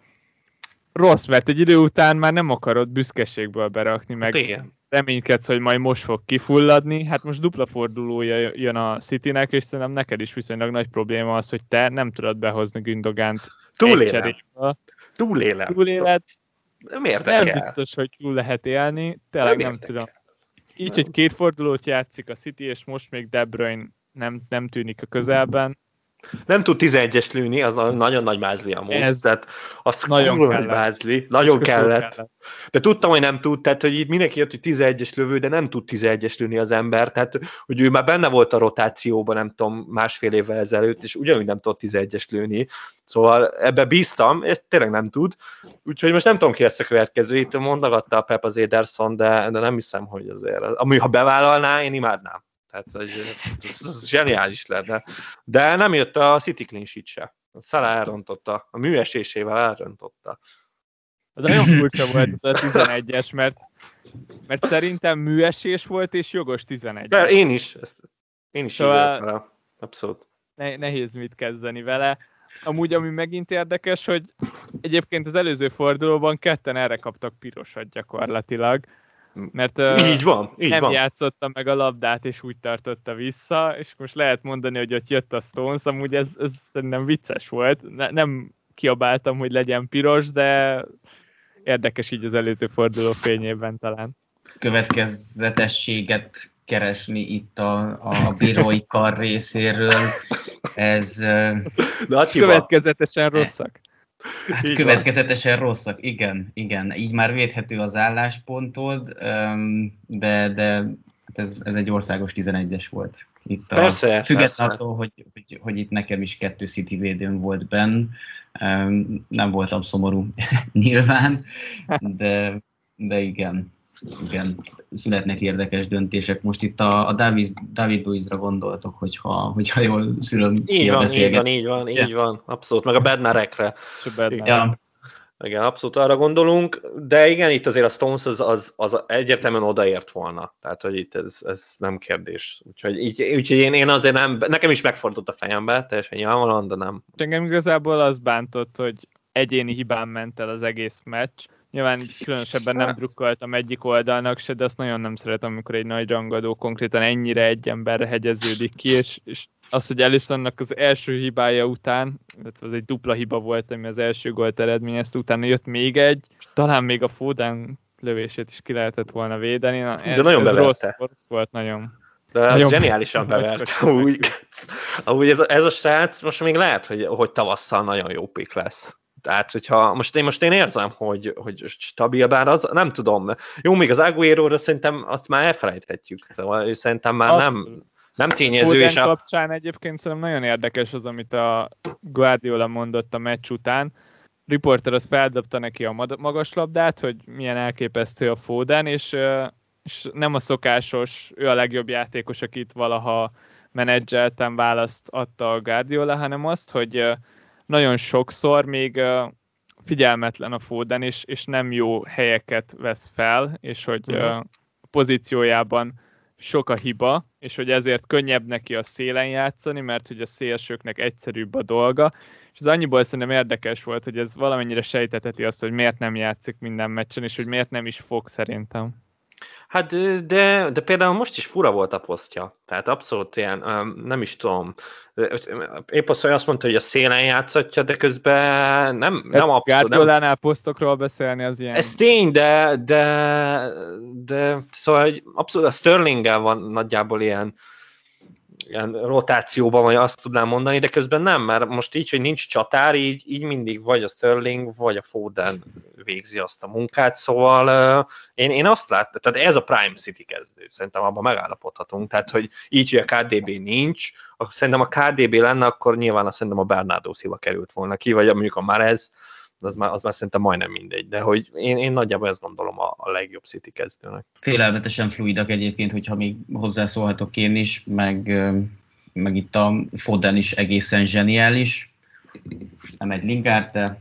Rossz, mert egy idő után már nem akarod büszkeségből berakni, meg reménykedsz, hogy majd most fog kifulladni. Hát most dupla fordulója jön a Citynek, és szerintem neked is viszonylag nagy probléma az, hogy te nem tudod behozni Gündogant egy cseréből. Túléled. Nem biztos, hogy túl lehet élni. Tényleg nem tudom. Így, hogy 2 fordulót játszik a City, és most még De Bruyne nem tűnik a közelben. Nem tud 11-es lőni, az nagyon nagy mázli amúgy. Tehát az nagyon nagy mázli, nagyon kellett. De tudtam, hogy nem tud, tehát hogy itt mindenki jött, hogy 11-es lövő, de nem tud 11-es lőni az ember, tehát hogy ő már benne volt a rotációban, nem tudom, 1,5 évvel ezelőtt, és ugyanúgy nem tud 11-es lőni. Szóval ebbe bíztam, és tényleg nem tud. Úgyhogy most nem tudom ki lesz a következő. Itt mondogatta a Pep az Ederson, de nem hiszem, hogy azért. Ami ha bevállalná, én imádnám. Tehát ez zseniális lenne. De nem jött a City clean sheet se. A Salah elrontotta, a műesésével elrontotta. Az nagyon furcsa volt a 11-es, mert szerintem műesés volt, és jogos 11. De én is szóval vele. Abszolút. Nehéz mit kezdeni vele. Amúgy, ami megint érdekes, hogy egyébként az előző fordulóban ketten erre kaptak pirosat gyakorlatilag. Mert így van. Játszotta meg a labdát, és úgy tartotta vissza, és most lehet mondani, hogy ott jött a Stones, amúgy ez szerintem vicces volt. Nem kiabáltam, hogy legyen piros, de érdekes így az előző forduló fényében talán. Következetességet keresni itt a bírói kar részéről. Ez... Következetesen rosszak. Hát következetesen rosszak, igen. Így már védhető az álláspontod, de ez egy országos 11-es volt. Itt persze, függetlenül attól, hogy itt nekem is 2 City védőm volt benn, nem voltam szomorú nyilván, de igen, születnek érdekes döntések. Most itt a David Luizra gondoltok, hogyha jól szülöm ki a beszélgetést. Így van, abszolút, meg a Bednarekre. Ja. Igen, abszolút arra gondolunk, de igen, itt azért a Stones az egyértelműen odaért volna. Tehát, hogy itt ez nem kérdés. Úgyhogy én azért nem, nekem is megfordult a fejembe, teljesen nyilvánvalóan, de nem. Engem igazából az bántott, hogy egyéni hibán ment el az egész meccs. Nyilván különösebben nem drukkoltam egyik oldalnak se, de azt nagyon nem szeretem, amikor egy nagy rangadó konkrétan ennyire egy emberre hegyeződik ki, és az, hogy Alissonnak az első hibája után, az egy dupla hiba volt, ami az első gólt eredményezte, utána jött még egy, és talán még a Foden lövését is ki lehetett volna védeni. De nagyon rossz volt nagyon. De ez zseniálisan bevert. Amúgy ez a srác most még lehet, hogy tavasszal nagyon jó pick lesz. Tehát, hogyha most én érzem, hogy stabil, bár az, nem tudom. Jó, még az Aguero-ra szerintem azt már elfelejthetjük. Szóval szerintem már nem tényező. És kapcsán egyébként szerintem nagyon érdekes az, amit a Guardiola mondott a meccs után. Riporter az feldobta neki a magaslabdát, hogy milyen elképesztő a Foden, és nem a szokásos, ő a legjobb játékos, akit valaha menedzseltem, választ adta a Guardiola, hanem azt, hogy nagyon sokszor még figyelmetlen a Foden, és nem jó helyeket vesz fel, és hogy a pozíciójában sok a hiba, és hogy ezért könnyebb neki a szélen játszani, mert hogy a szélsőknek egyszerűbb a dolga, és ez annyiból szerintem érdekes volt, hogy ez valamennyire sejteteti azt, hogy miért nem játszik minden meccsen, és hogy miért nem is fog szerintem. Hát, de például most is fura volt a posztja. Tehát abszolút ilyen, nem is tudom. Épp azt mondta, hogy a szélen játszatja, de közben nem abszolút. Guardiolánál posztokról beszélni az ilyen. Ez tény, de szóval abszolút a Sterlinggel van nagyjából ilyen rotációban, vagy azt tudnám mondani, de közben nem, mert most így, hogy nincs csatár, így mindig vagy a Sterling, vagy a Foden végzi azt a munkát, szóval én azt láttam, tehát ez a Prime City kezdő, szerintem abban megállapodhatunk, tehát hogy így, hogy a KDB nincs, szerintem a KDB lenne, akkor nyilván szerintem a Bernardo Silva került volna ki, vagy mondjuk a Mahrez, az már szerintem majdnem mindegy, de hogy én nagyjából ezt gondolom a legjobb City kezdőnek. Félelmetesen fluidak egyébként, hogyha még hozzászólhatok én is, meg itt a Foden is egészen zseniális. Nem egy Lingard, de...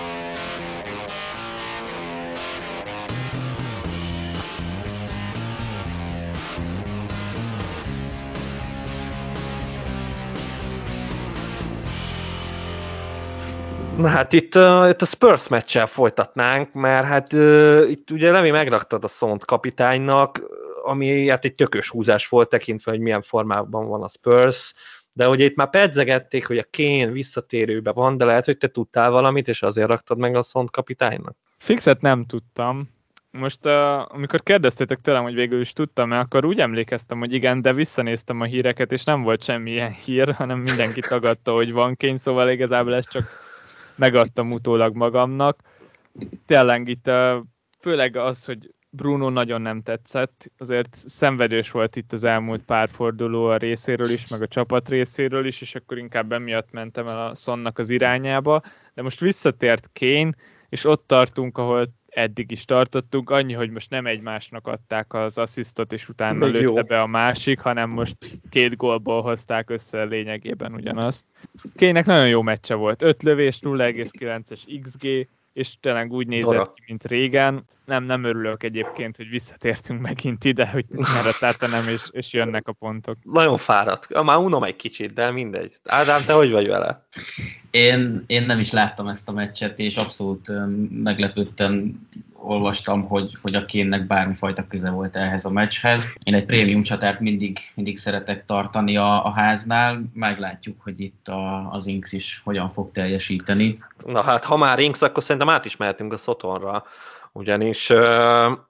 Na hát itt a Spurs meccsel folytatnánk, mert hát itt ugye Levi megraktad a Sont kapitánynak, ami hát egy tökös húzás volt tekintve, hogy milyen formában van a Spurs, de ugye itt már pedzegették, hogy a Kane visszatérőben van, de lehet, hogy te tudtál valamit, és azért raktad meg a Sont kapitánynak? Fixet nem tudtam. Most amikor kérdeztétek tőlem, hogy végül is tudtam-e, akkor úgy emlékeztem, hogy igen, de visszanéztem a híreket, és nem volt semmilyen hír, hanem mindenki tagadta, hogy van Kane, szóval igazából ez csak megadtam utólag magamnak. Tényleg itt főleg az, hogy Bruno nagyon nem tetszett, azért szenvedős volt itt az elmúlt pár forduló a részéről is, meg a csapat részéről is, és akkor inkább emiatt mentem el a Sonnak az irányába, de most visszatért Kane, és ott tartunk, ahol eddig is tartottunk, annyi, hogy most nem egymásnak adták az asszisztot, és utána lőtte be a másik, hanem most 2 gólból hozták össze lényegében ugyanazt. Kane-nek nagyon jó meccse volt, 5 lövés, 0,9-es XG, és tényleg úgy nézett ki, mint régen. Nem örülök egyébként, hogy visszatértünk megint ide, hogy mereteltenem, és jönnek a pontok. Nagyon fáradt. Már unom egy kicsit, de mindegy. Ádám, te hogy vagy vele? Én nem is láttam ezt a meccset, és abszolút meglepődtem, olvastam, hogy a Kane-nek bármifajta köze volt ehhez a meccshez. Én egy prémium csatárt mindig szeretek tartani a háznál, meglátjuk, hogy itt az Inks is hogyan fog teljesíteni. Na hát, ha már Inks, akkor szerintem át is mehetünk a Sotonra, ugyanis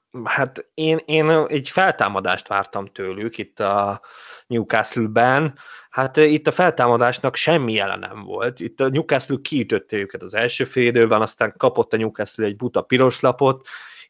Hát én egy feltámadást vártam tőlük itt a Newcastle-ben. Hát itt a feltámadásnak semmi jele nem volt. Itt a Newcastle kiütötte őket az első fél időben, aztán kapott a Newcastle egy buta piros lapot,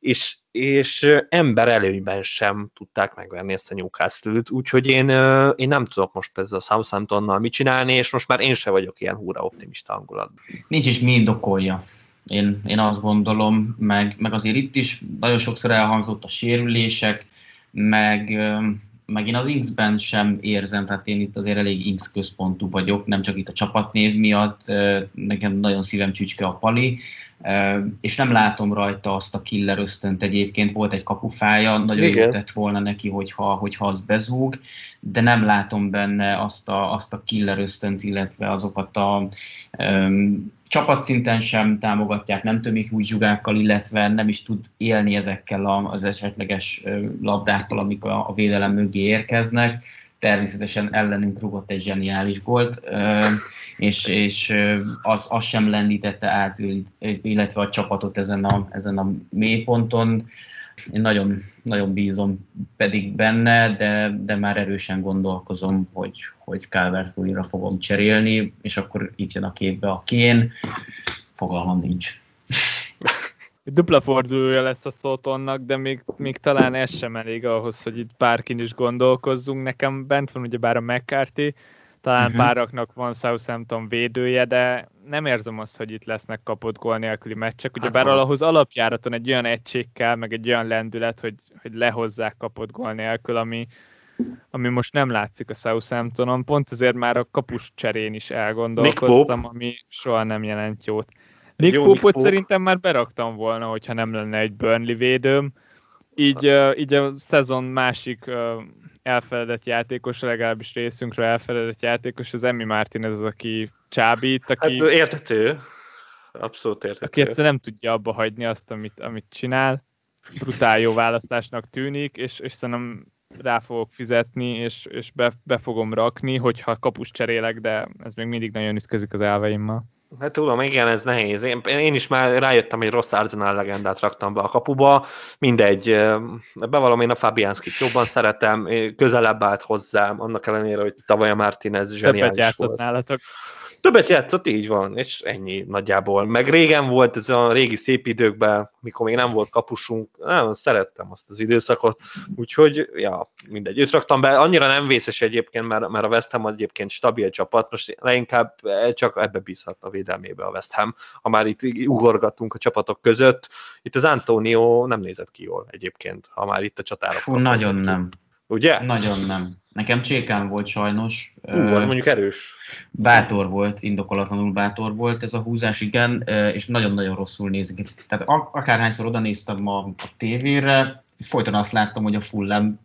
és ember előnyben sem tudták megverni ezt a Newcastle-t, úgyhogy én nem tudok most ezzel a Southamptonnal mit csinálni, és most már én sem vagyok ilyen húra optimista hangulatban. Nincs is mi indokolja. Én azt gondolom, meg azért itt is nagyon sokszor elhangzott a sérülések, meg én az Inks-ben sem érzem, tehát én itt azért elég Inks központú vagyok, nem csak itt a csapatnév miatt, nekem nagyon szívem csücske a Pali, és nem látom rajta azt a killer ösztönt egyébként, volt egy kapufája, nagyon jól tett volna neki, hogyha az bezúg, de nem látom benne azt a killer ösztönt, illetve azokat a csapatszinten sem támogatják, nem tömik úgy zsugákkal, illetve nem is tud élni ezekkel az esetleges labdákkal, amik a védelem mögé érkeznek. Természetesen ellenünk rúgott egy zseniális gólt, és az sem lendítette át, illetve a csapatot ezen a mélyponton. Én nagyon, nagyon bízom pedig benne, de már erősen gondolkozom, hogy Calvert-Lewinra fogom cserélni, és akkor itt jön a képbe a Kane. Fogalmam nincs. Dupla fordulója lesz a Sotonnak, de még talán ez sem elég ahhoz, hogy itt bárkin is gondolkozzunk. Nekem bent van ugyebár a McCarthy, talán páraknak van Southampton védője, de nem érzem azt, hogy itt lesznek kapott gól nélküli meccsek. Ugyebár ahhoz alapjáraton egy olyan egység kell, meg egy olyan lendület, hogy lehozzák kapott gól nélkül, ami most nem látszik a Southamptonon. Pont ezért már a kapus cserén is elgondolkoztam, ami soha nem jelent jót. Nick Pope-ot szerintem már beraktam volna, hogyha nem lenne egy Burnley védőm. Így a szezon másik elfeledett játékos, legalábbis részünkről elfeledett játékos, az Emi Martinez az, aki csábít, aki... Hát érthető. Abszolút érthető. Aki egyszerűen nem tudja abba hagyni azt, amit csinál. Brutál jó választásnak tűnik, és szerintem rá fogok fizetni, és be fogom rakni, hogyha kapus cserélek, de ez még mindig nagyon ütközik az elveimmel. Hát tudom, igen, ez nehéz. Én is már rájöttem, hogy rossz Arsenal legendát raktam be a kapuba. Mindegy, bevallom, én a Fabianskit jobban szeretem, közelebb állt hozzám, annak ellenére, hogy tavaly a Martinez zseniális volt. Többet játszott nálatok. Többet játszott, így van, és ennyi nagyjából. Meg régen volt ez a régi szép időkben, mikor még nem volt kapusunk, nagyon szerettem azt az időszakot, úgyhogy, ja, mindegy, őt raktam be, annyira nem vészes egyébként, mert a West Ham egyébként stabil csapat, most leginkább csak ebbe bízhat a védelmébe a West Ham, ha már itt ugorgatunk a csapatok között, itt az Antonio nem nézett ki jól egyébként, ha már itt a csatárok. Nagyon nem. Ugye? Nagyon nem. Nekem csékán volt sajnos. Az mondjuk erős. Bátor volt, indokolatlanul bátor volt ez a húzás, igen, és nagyon-nagyon rosszul nézik. Tehát akárhányszor oda néztem a tévére, folyton azt láttam, hogy a Fulham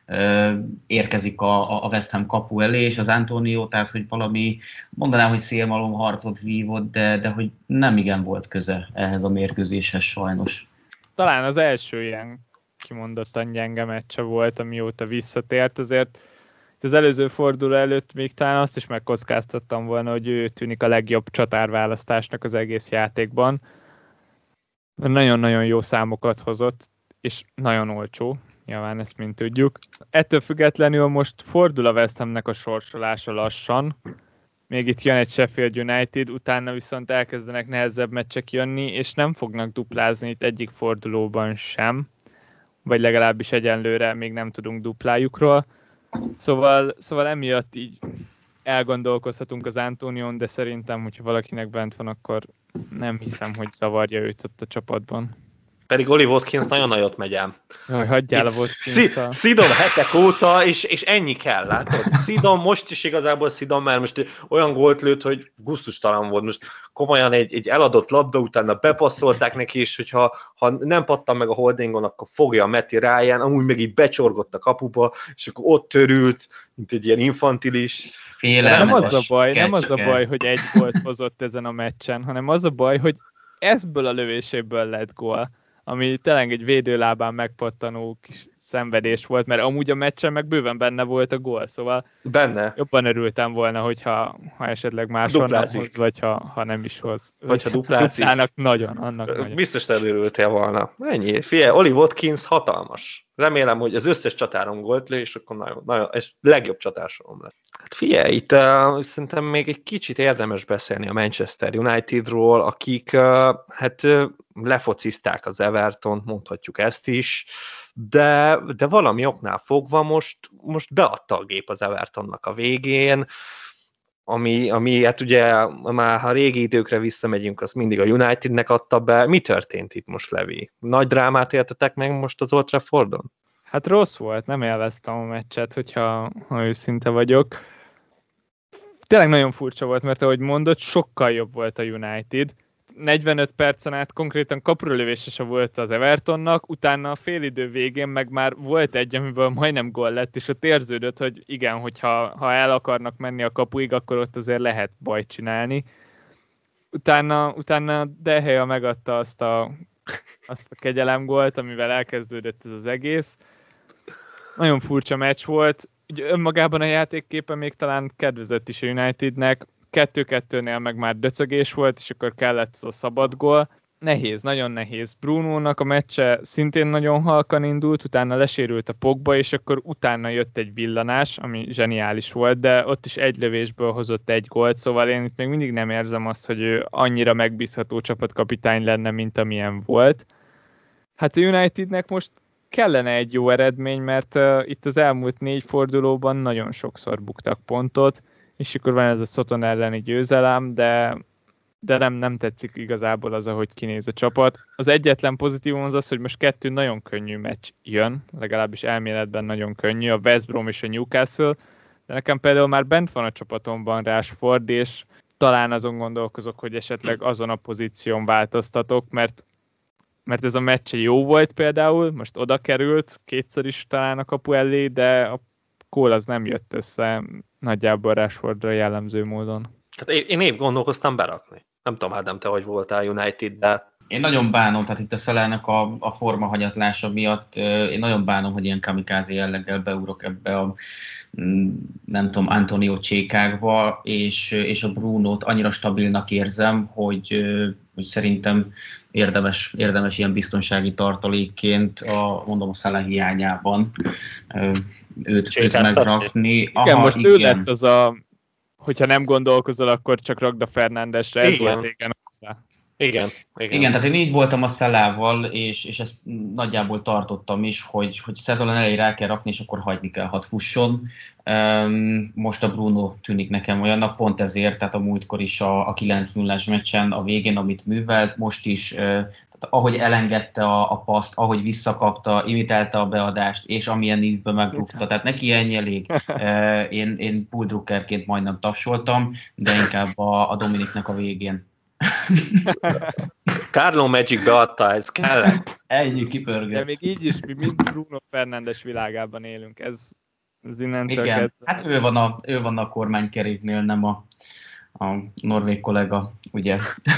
érkezik a West Ham kapu elé, és az Antonio, tehát hogy valami, mondanám, hogy szélmalom harcot vívott, de hogy nem igen volt köze ehhez a mérkőzéshez sajnos. Talán az első ilyen kimondottan gyenge meccse volt, amióta visszatért, azért az előző forduló előtt még talán azt is megkockáztattam volna, hogy ő tűnik a legjobb csatárválasztásnak az egész játékban. Nagyon-nagyon jó számokat hozott, és nagyon olcsó, nyilván ezt mind tudjuk. Ettől függetlenül most fordul a West Hamnek a sorsolása lassan, még itt jön egy Sheffield United, utána viszont elkezdenek nehezebb meccsek jönni, és nem fognak duplázni itt egyik fordulóban sem, vagy legalábbis egyenlőre még nem tudunk duplájukról. Szóval emiatt így elgondolkozhatunk az Antonión, de szerintem, hogyha valakinek bent van, akkor nem hiszem, hogy zavarja őt ott a csapatban. Pedig Oli Watkins nagyon nagyot megy ám. Jaj, hagyjál a Watkins-szal. Szidom hetek óta, és ennyi kell, látod? Szidom, most is igazából szidom, mert most olyan gólt lőtt, hogy gusztustalan volt. Most komolyan egy eladott labda, utána bepasszolták neki, és hogyha nem pattan meg a holdingon, akkor fogja a Matty Ryan, amúgy meg így becsorgott a kapuba, és akkor ott törült, mint egy ilyen infantilis. Nem az a baj, hogy egy gólt hozott ezen a meccsen, hanem az a baj, hogy ezből a lövéséből lett gól, ami tényleg egy védőlábán megpattanó kis szenvedés volt, mert amúgy a meccsen meg bőven benne volt a gól, szóval Benne. jobban örültem volna, hogyha esetleg máshonnan hoz, vagy ha nem is hoz. Hogyha duplázik. Annak nagyon. Biztos előrültél volna. Ennyi. Figyelj, Oli Watkins hatalmas. Remélem, hogy az összes csatárom gólt lő, és akkor nagyon ez legjobb csatásom lesz. Hát figyelj, itt szerintem még egy kicsit érdemes beszélni a Manchester Unitedról, akik lefocizták az Evertont, mondhatjuk ezt is, de valami oknál fogva most beadta a gép az Evertonnak a végén, ami hát ugye már ha régi időkre visszamegyünk, az mindig a Unitednek adta be. Mi történt itt most, Levi? Nagy drámát éltetek meg most az Old Traffordon? Hát rossz volt, nem élveztem a meccset, ha őszinte vagyok. Tényleg nagyon furcsa volt, mert ahogy mondod, sokkal jobb volt a United. 45 percen át konkrétan kapuralövése se volt az Evertonnak, utána a félidő végén meg már volt egy, amiből majdnem gól lett, és ott érződött, hogy igen, hogyha el akarnak menni a kapuig, akkor ott azért lehet bajt csinálni. Utána De Gea megadta azt a kegyelemgólt, amivel elkezdődött ez az egész. Nagyon furcsa meccs volt. Ugye önmagában a játékképe még talán kedvezett is a Unitednek. 2-2-nél meg már döcögés volt, és akkor kellett az a szabad gól. Nehéz, nagyon nehéz. Brunónak a meccse szintén nagyon halkan indult, utána lesérült a Pogba, és akkor utána jött egy villanás, ami zseniális volt, de ott is egy lövésből hozott egy gólt, szóval én itt még mindig nem érzem azt, hogy ő annyira megbízható csapatkapitány lenne, mint amilyen volt. Hát a Unitednek most kellene egy jó eredmény, mert itt az elmúlt 4 fordulóban nagyon sokszor buktak pontot, és akkor van ez a Soton elleni győzelem, de nem tetszik igazából az, ahogy kinéz a csapat. Az egyetlen pozitívum az, hogy most 2 nagyon könnyű meccs jön, legalábbis elméletben nagyon könnyű, a West Brom és a Newcastle, de nekem például már bent van a csapatomban Rashford, és talán azon gondolkozok, hogy esetleg azon a pozíción változtatok, mert ez a meccs jó volt például, most oda került, 2-szer is talán a kapu elé, de a gól az nem jött össze nagyjából Rashfordra jellemző módon. Hát én épp gondolkoztam berakni. Nem tudom, hát nem te, hogy voltál United, de... Én nagyon bánom, tehát itt a Szalának a formahanyatlása miatt én nagyon bánom, hogy ilyen kamikázi jelleggel beugrok ebbe a nem tudom, Antonio csékákba, és a Brunót annyira stabilnak érzem, hogy szerintem érdemes ilyen biztonsági tartalékként mondom a Salah hiányában őt megrakni. Igen, most igen. Ő lett az hogyha nem gondolkozol, akkor csak rakd a Fernándesre, ez volt régen hozzá. Igen, tehát én így voltam a Salával, és ezt nagyjából tartottam is, hogy szezon elejére rá kell rakni, és akkor hagyni kell, hadd fusson. Most a Bruno tűnik nekem olyannak, pont ezért, tehát a múltkor is a 9-0-as meccsen a végén, amit művelt, most is, tehát ahogy elengedte a paszt, ahogy visszakapta, imitálta a beadást, és amilyen ívben megrúgta, tehát neki ennyi elég. Én pulldruckerként majdnem tapsoltam, de inkább a Dominiknek a végén. Carlo Magic beadta, ez kellett. Ennyi kipörgött. De még így is mi mind Bruno Fernandes világában élünk. Ez innentől igen, kezdve. hát ő van a kormánykeréknél, nem a norvég kollega, ugye?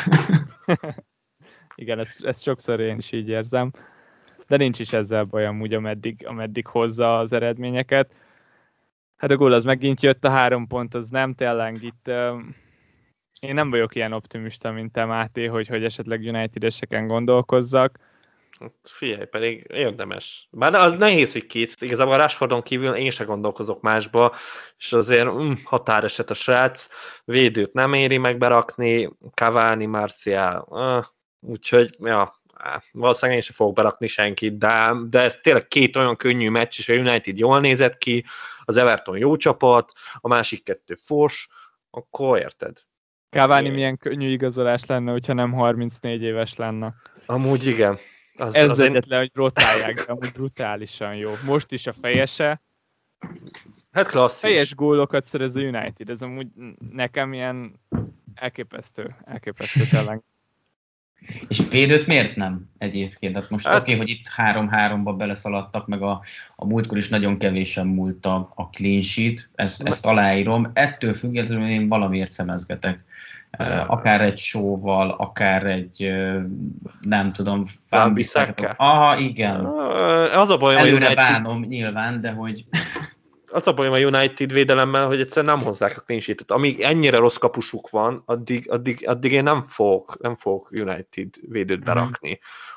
Igen, ezt sokszor én is így érzem. De nincs is ezzel baj amúgy, ameddig hozza az eredményeket. Hát a gól az megint jött, a 3 pont, az nem tényleg itt... Én nem vagyok ilyen optimista, mint te, Máté, hogy esetleg United-eseken gondolkozzak. Figyelj, pedig érdemes. Bár az nehéz, hogy igazából a Rashfordon kívül én se gondolkozok másba, és azért határeset a srác, védőt nem éri meg berakni, Cavani, Martial, úgyhogy, valószínűleg én sem fogok berakni senkit, de ez tényleg 2 olyan könnyű meccs, és a United jól nézett ki, az Everton jó csapat, a másik 2 fos, akkor érted. Cavani milyen könnyű igazolás lenne, hogyha nem 34 éves lenne. Amúgy igen. Ez egyetlen, hogy rotálják, de amúgy brutálisan jó. Most is a fejese. Hát klasszis. Fejes gólokat szerez a United, ez amúgy nekem ilyen elképesztő tényleg. És védőt miért nem egyébként? Hát most oké, hogy itt 3-3-ba beleszaladtak, meg a múltkor is nagyon kevésen múlt a clean sheet, ezt aláírom. Ettől függetlenül én valamiért szemezgetek. Akár egy show-val, akár egy, nem tudom, Wan-Bissaka. Aha, igen. Az a baj, előre bánom nyilván, de hogy... Az a bajom a United védelemmel, hogy egyszerűen nem hozzák a clean sheet-et. Amíg ennyire rossz kapusuk van, addig én nem fogok United védőt berakni.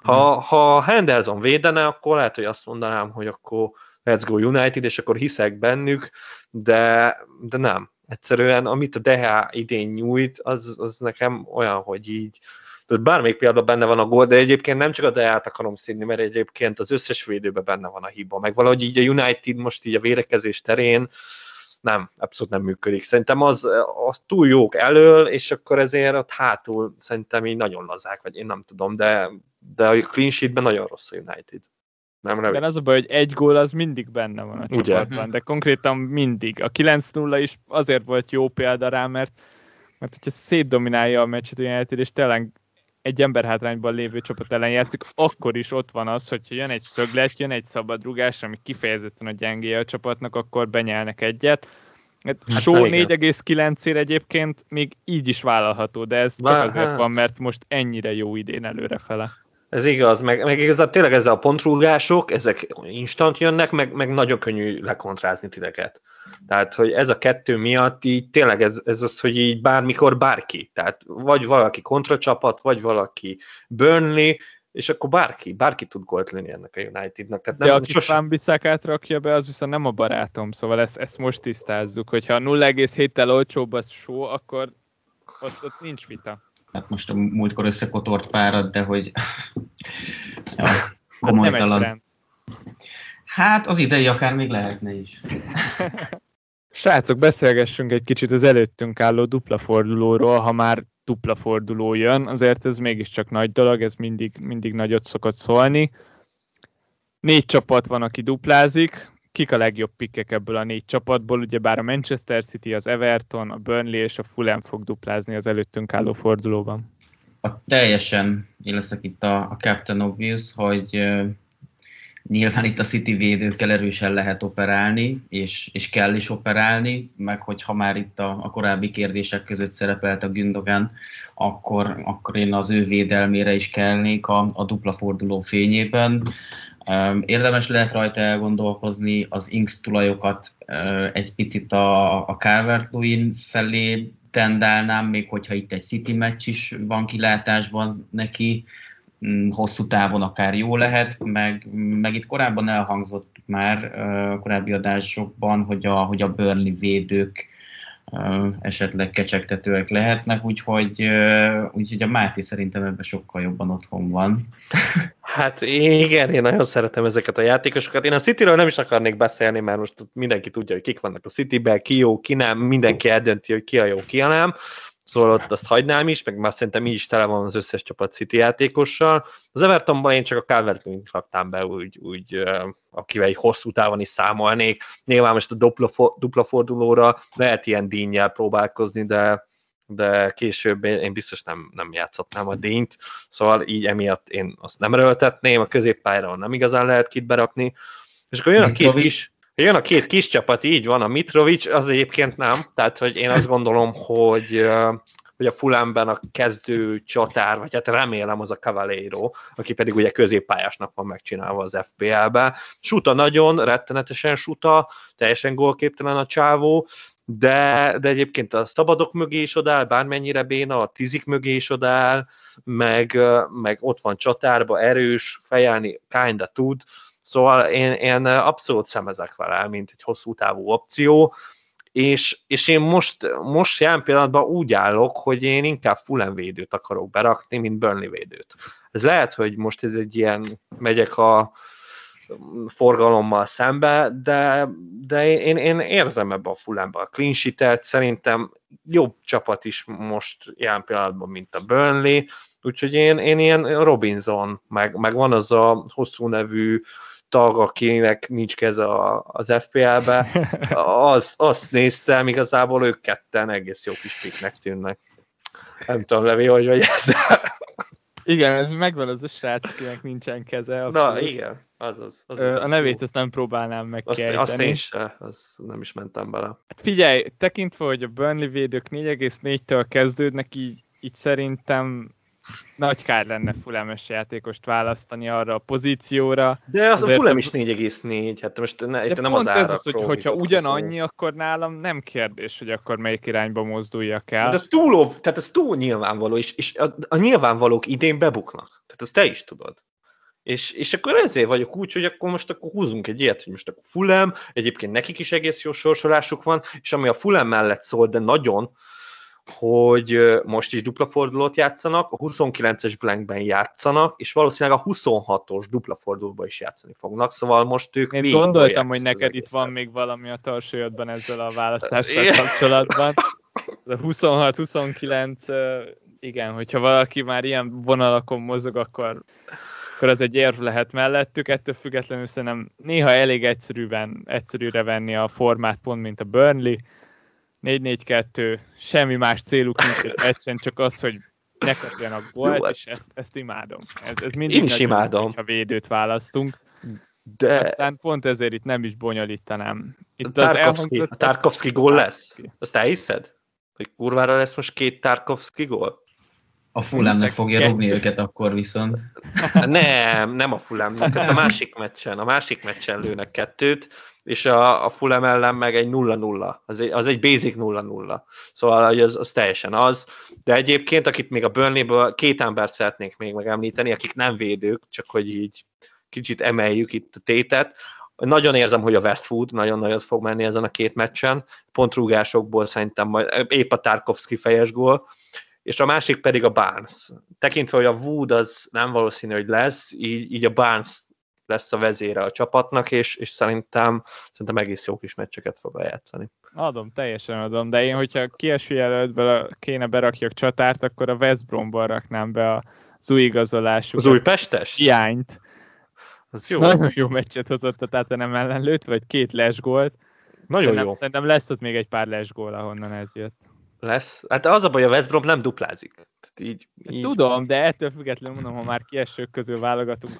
Ha Henderson védene, akkor lehet, hogy azt mondanám, hogy akkor let's go United, és akkor hiszek bennük, de nem. Egyszerűen, amit a DH idén nyújt, az nekem olyan, hogy így, tehát bármelyik pillanatban benne van a gól, de egyébként nem csak a DH-t akarom színi, mert egyébként az összes védőben benne van a hiba, meg valahogy így a United most így a védekezés terén nem, abszolút nem működik. Szerintem az túl jók elől, és akkor ezért ott hátul szerintem így nagyon lazák, vagy én nem tudom, de a clean sheetben nagyon rossz a United. De az a baj, hogy egy gól az mindig benne van a csapatban, de konkrétan mindig. A 9-0 is azért volt jó példa rá, mert hogyha szétdominálja a meccset a United, és tényleg egy emberhátrányban lévő csapat ellen játszik, akkor is ott van az, hogyha jön egy szöglet, jön egy szabadrugás, ami kifejezetten a gyengéje a csapatnak, akkor benyelnek egyet. Show 4,9-ért egyébként még így is vállalható, de ez csak azért van, mert most ennyire jó idén előrefele. Ez igaz, meg igazából tényleg ezzel a pontrúgások, ezek instant jönnek, meg nagyon könnyű lekontrázni titeket. Tehát, hogy ez a kettő miatt így tényleg ez az, hogy így bármikor bárki. Tehát vagy valaki kontracsapat, vagy valaki Burnley, és akkor bárki tud gólt lőni ennek a Unitednak. Tehát nem, de aki Wan-Bissakát rakja be, az viszont nem a barátom, szóval ezt most tisztázzuk, hogyha 0,7-tel olcsóbb az show, akkor ott nincs vita. Hát most a múltkor összekotort párat, de hogy ja, komolytalan. Hát az idei akár még lehetne is. Srácok, beszélgessünk egy kicsit az előttünk álló dupla fordulóról, ha már dupla forduló jön, azért ez mégiscsak nagy dolog, ez mindig nagyot szokott szólni. 4 csapat van, aki duplázik. Kik a legjobb pikkek ebből a 4 csapatból? Ugyebár a Manchester City, az Everton, a Burnley és a Fulham fog duplázni az előttünk álló fordulóban. Teljesen én leszek itt a Captain Obvious, hogy nyilván itt a City védőkkel erősen lehet operálni, és kell is operálni, meg hogyha már itt a korábbi kérdések között szerepelt a Gündogan, akkor én az ő védelmére is kelnék a dupla forduló fényében. Érdemes lehet rajta elgondolkozni, az Ings tulajokat egy picit a Calvert-Lewin felé tendálnám, még hogyha itt egy City meccs is van kilátásban neki, hosszú távon akár jó lehet, meg itt korábban elhangzott már korábbi adásokban, hogy a Burnley védők esetleg kecsegtetőek lehetnek, úgyhogy a Máté szerintem ebben sokkal jobban otthon van. Hát igen, én nagyon szeretem ezeket a játékosokat. Én a Cityről nem is akarnék beszélni, mert most mindenki tudja, hogy kik vannak a Cityben, ki jó, ki nem, mindenki eldönti, hogy ki a jó, ki a nem. Szóval ott azt hagynám is, meg már szerintem így is tele van az összes csapat City játékossal. Az Evertonban én csak a Calvert-Lewin raktam be, úgy akivel egy hosszú távon is számolnék. Nyilván most a dupla fordulóra lehet ilyen díjnyel próbálkozni, de később én biztos nem játszhatnám a díjt. Szóval így emiatt én azt nem erőltetném, a középpályára nem igazán lehet kit berakni. És akkor jön a két kis csapat, így van, a Mitrovic, az egyébként nem, tehát hogy én azt gondolom, hogy a Fulhamben a kezdő csatár, vagy hát remélem az a Cavaleiro, aki pedig ugye középpályásnak van megcsinálva az FPL-be. Suta nagyon, rettenetesen suta, teljesen gólképtelen a csávó, de egyébként a szabadok mögé is odáll, bármennyire béna, a tízik mögé is odáll, meg ott van csatárba, erős, fejelni kinda tud, szóval én abszolút szemezek vele, mint egy hosszú távú opció, és én most jelen pillanatban úgy állok, hogy én inkább Fulham védőt akarok berakni, mint Burnley védőt. Ez lehet, hogy most ez egy ilyen, megyek a forgalommal szembe, de én érzem ebbe a Fulhamban a clean sheet-et, szerintem jobb csapat is most jelen pillanatban, mint a Burnley, úgyhogy én ilyen Robinson, meg van az a hosszú nevű tag, akinek nincs keze az FPL-be, azt néztem, igazából ők ketten egész jó kis piknek tűnnek. Nem tudom, Levi, hogy vagy ezzel. Igen, ez megvan az a srác, akinek nincsen keze. Na, igen, azaz. A nevét ezt nem próbálnám meg kiejteni. Azt én se, nem is mentem bele. Hát figyelj, tekintve, hogy a Burnley védők 4,4-től kezdődnek, így szerintem nagy kár lenne Fulham-es játékost választani arra a pozícióra. De az a Fulham is 4,4, hát most itt nem az árakról. Ez az, hogyha ugyanannyi, akkor nálam nem kérdés, hogy akkor melyik irányba mozduljak el. De ez túl nyilvánvaló, és a nyilvánvalók idén bebuknak. Tehát ezt te is tudod. És akkor ezért vagyok úgy, hogy akkor húzunk egy ilyet, hogy most akkor Fulham, egyébként nekik is egész jó sorsolásuk van, és ami a Fulham mellett szól, de nagyon, hogy most is dupla fordulót játszanak, a 29-es blankben játszanak, és valószínűleg a 26-os dupla fordulóban is játszani fognak, szóval most ők én gondoltam, hogy neked itt van még valami a tarsajodban ezzel a választással kapcsolatban. A 26-29, igen, hogyha valaki már ilyen vonalakon mozog, akkor az egy érv lehet mellettük, ettől függetlenül szerintem néha elég egyszerűre venni a formát, pont mint a Burnley. 4-4-2, semmi más céluk nincs egy meccsen, csak az, hogy ne kapjanak gólt, és ezt imádom. Ez mindig én is imádom, ha védőt választunk. De aztán pont ezért itt nem is bonyolítanám. Itt a Tarkovsky gól lesz? Azt elhiszed? Hogy kurvára lesz most 2 Tarkovsky gól? A Fulhamnek fogja rúgni őket akkor viszont. Nem a Fulhamnak, a másik meccsen lőnek 2-t, és a Fulham ellen meg egy 0-0. Az egy basic 0-0. Szóval az teljesen az. De egyébként, akit még a Burnleyből 2 embert szeretnék még megemlíteni, akik nem védők, csak hogy így kicsit emeljük itt a tétet. Nagyon érzem, hogy a Westwood nagyon nagyot fog menni ezen a 2 meccsen. Pontrúgásokból szerintem majd épp a Tarkovsky fejes gól. És a másik pedig a Barnes. Tekintve, hogy a Wood az nem valószínű, hogy lesz, így a Barnes lesz a vezére a csapatnak, és szerintem egész jó kis meccseket fog játszani. Teljesen adom, de én, hogyha kieső jelöltből kéne berakjak csatárt, akkor a West Bromban raknám be az új igazolásuk. Az Újpestes? Hiányt. Az jó. Nagyon jó meccset hozott a Tottenham ellen, lőtt, vagy 2 lesgólt. Nagyon jó. Szerintem lesz ott még egy pár lesgól, ahonnan ez jött. Lesz. Hát az a baj, a West Brom nem duplázik. Így. Tudom, de ettől függetlenül mondom, ha már kiesők közül válogatunk,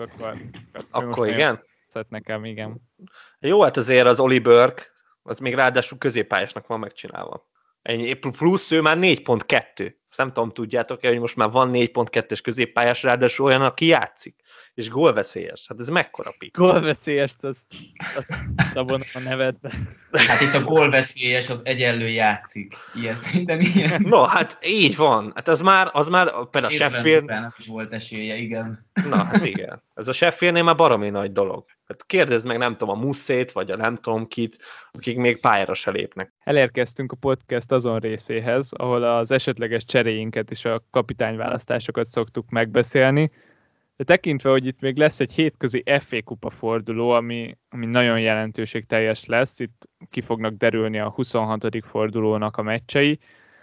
akkor igen? Nekem, igen. Jó, hát azért az Oli Burke, az még ráadásul középpályásnak van megcsinálva. Ennyi, plusz ő már 4.2. Azt nem tudom, tudjátok-e, hogy most már van 4.2-es középpályás, ráadásul olyan, aki játszik. És gólveszélyes. Hát ez mekkora pik. Gólveszélyest, azt szabonom a nevedbe. Hát itt a gólveszélyes az egyenlő játszik. Ilyen szerintem ilyen. No, hát így van. Hát az már például a Sheffield... is volt esélye, igen. Na, hát igen. Ez a Sheffieldnél már baromi nagy dolog. Hát kérdezd meg, nem tudom, a Muszét, vagy a nem tudom kit, akik még pályára se lépnek. Elérkeztünk a podcast azon részéhez, ahol az esetleges cseréinket és a kapitányválasztásokat szoktuk megbeszélni. De tekintve, hogy itt még lesz egy hétközi FA kupa forduló, ami nagyon jelentőségteljes lesz, itt ki fognak derülni a 26. fordulónak a meccsei,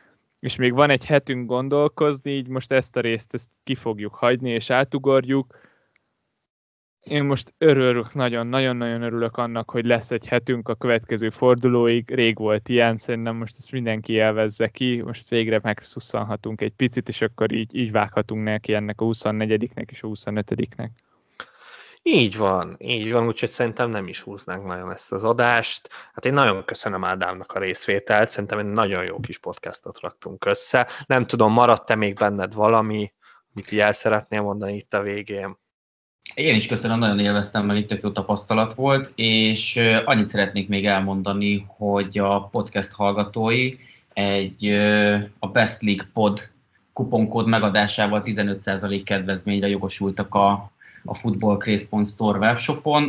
és még van egy hetünk gondolkozni, így most ezt a részt ki fogjuk hagyni, és átugorjuk. Én most nagyon-nagyon örülök annak, hogy lesz egy hetünk a következő fordulóig. Rég volt ilyen, szerintem most ezt mindenki élvezze ki, most végre megszusszanhatunk egy picit, és akkor így vághatunk neki ennek a 24-nek és a 25-nek. Így van, úgyhogy szerintem nem is húznánk nagyon ezt az adást. Hát én nagyon köszönöm Ádámnak a részvételt, szerintem egy nagyon jó kis podcastot raktunk össze. Nem tudom, maradt-e még benned valami, amit így el szeretnél mondani itt a végén? Én is köszönöm, nagyon élveztem, mert itt tök jó tapasztalat volt, és annyit szeretnék még elmondani, hogy a podcast hallgatói a Best League Pod kuponkód megadásával 15% kedvezményre jogosultak a footballcraze.store webshopon,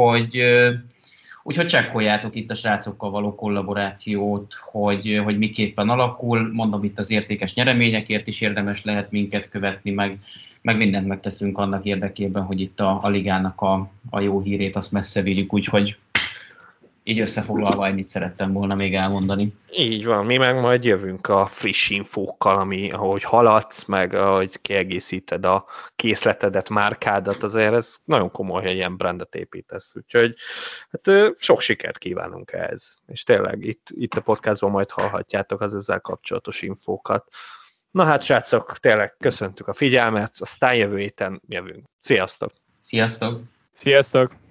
úgyhogy csekkoljátok itt a srácokkal való kollaborációt, hogy miképpen alakul. Mondom, itt az értékes nyereményekért is érdemes lehet minket követni, meg mindent megteszünk annak érdekében, hogy itt a ligának a jó hírét azt messze vigyük, úgyhogy így összefoglalva ennyit szerettem volna még elmondani. Így van, mi meg majd jövünk a friss infókkal, ahogy haladsz, meg ahogy kiegészíted a készletedet, márkádat, azért ez nagyon komoly, hogy ilyen brandet építesz, úgyhogy hát, sok sikert kívánunk ehhez. És tényleg itt a podcastban majd hallhatjátok az ezzel kapcsolatos infókat. Na hát, srácok, tényleg köszöntük a figyelmet, aztán jövő héten jövünk. Sziasztok! Sziasztok! Sziasztok!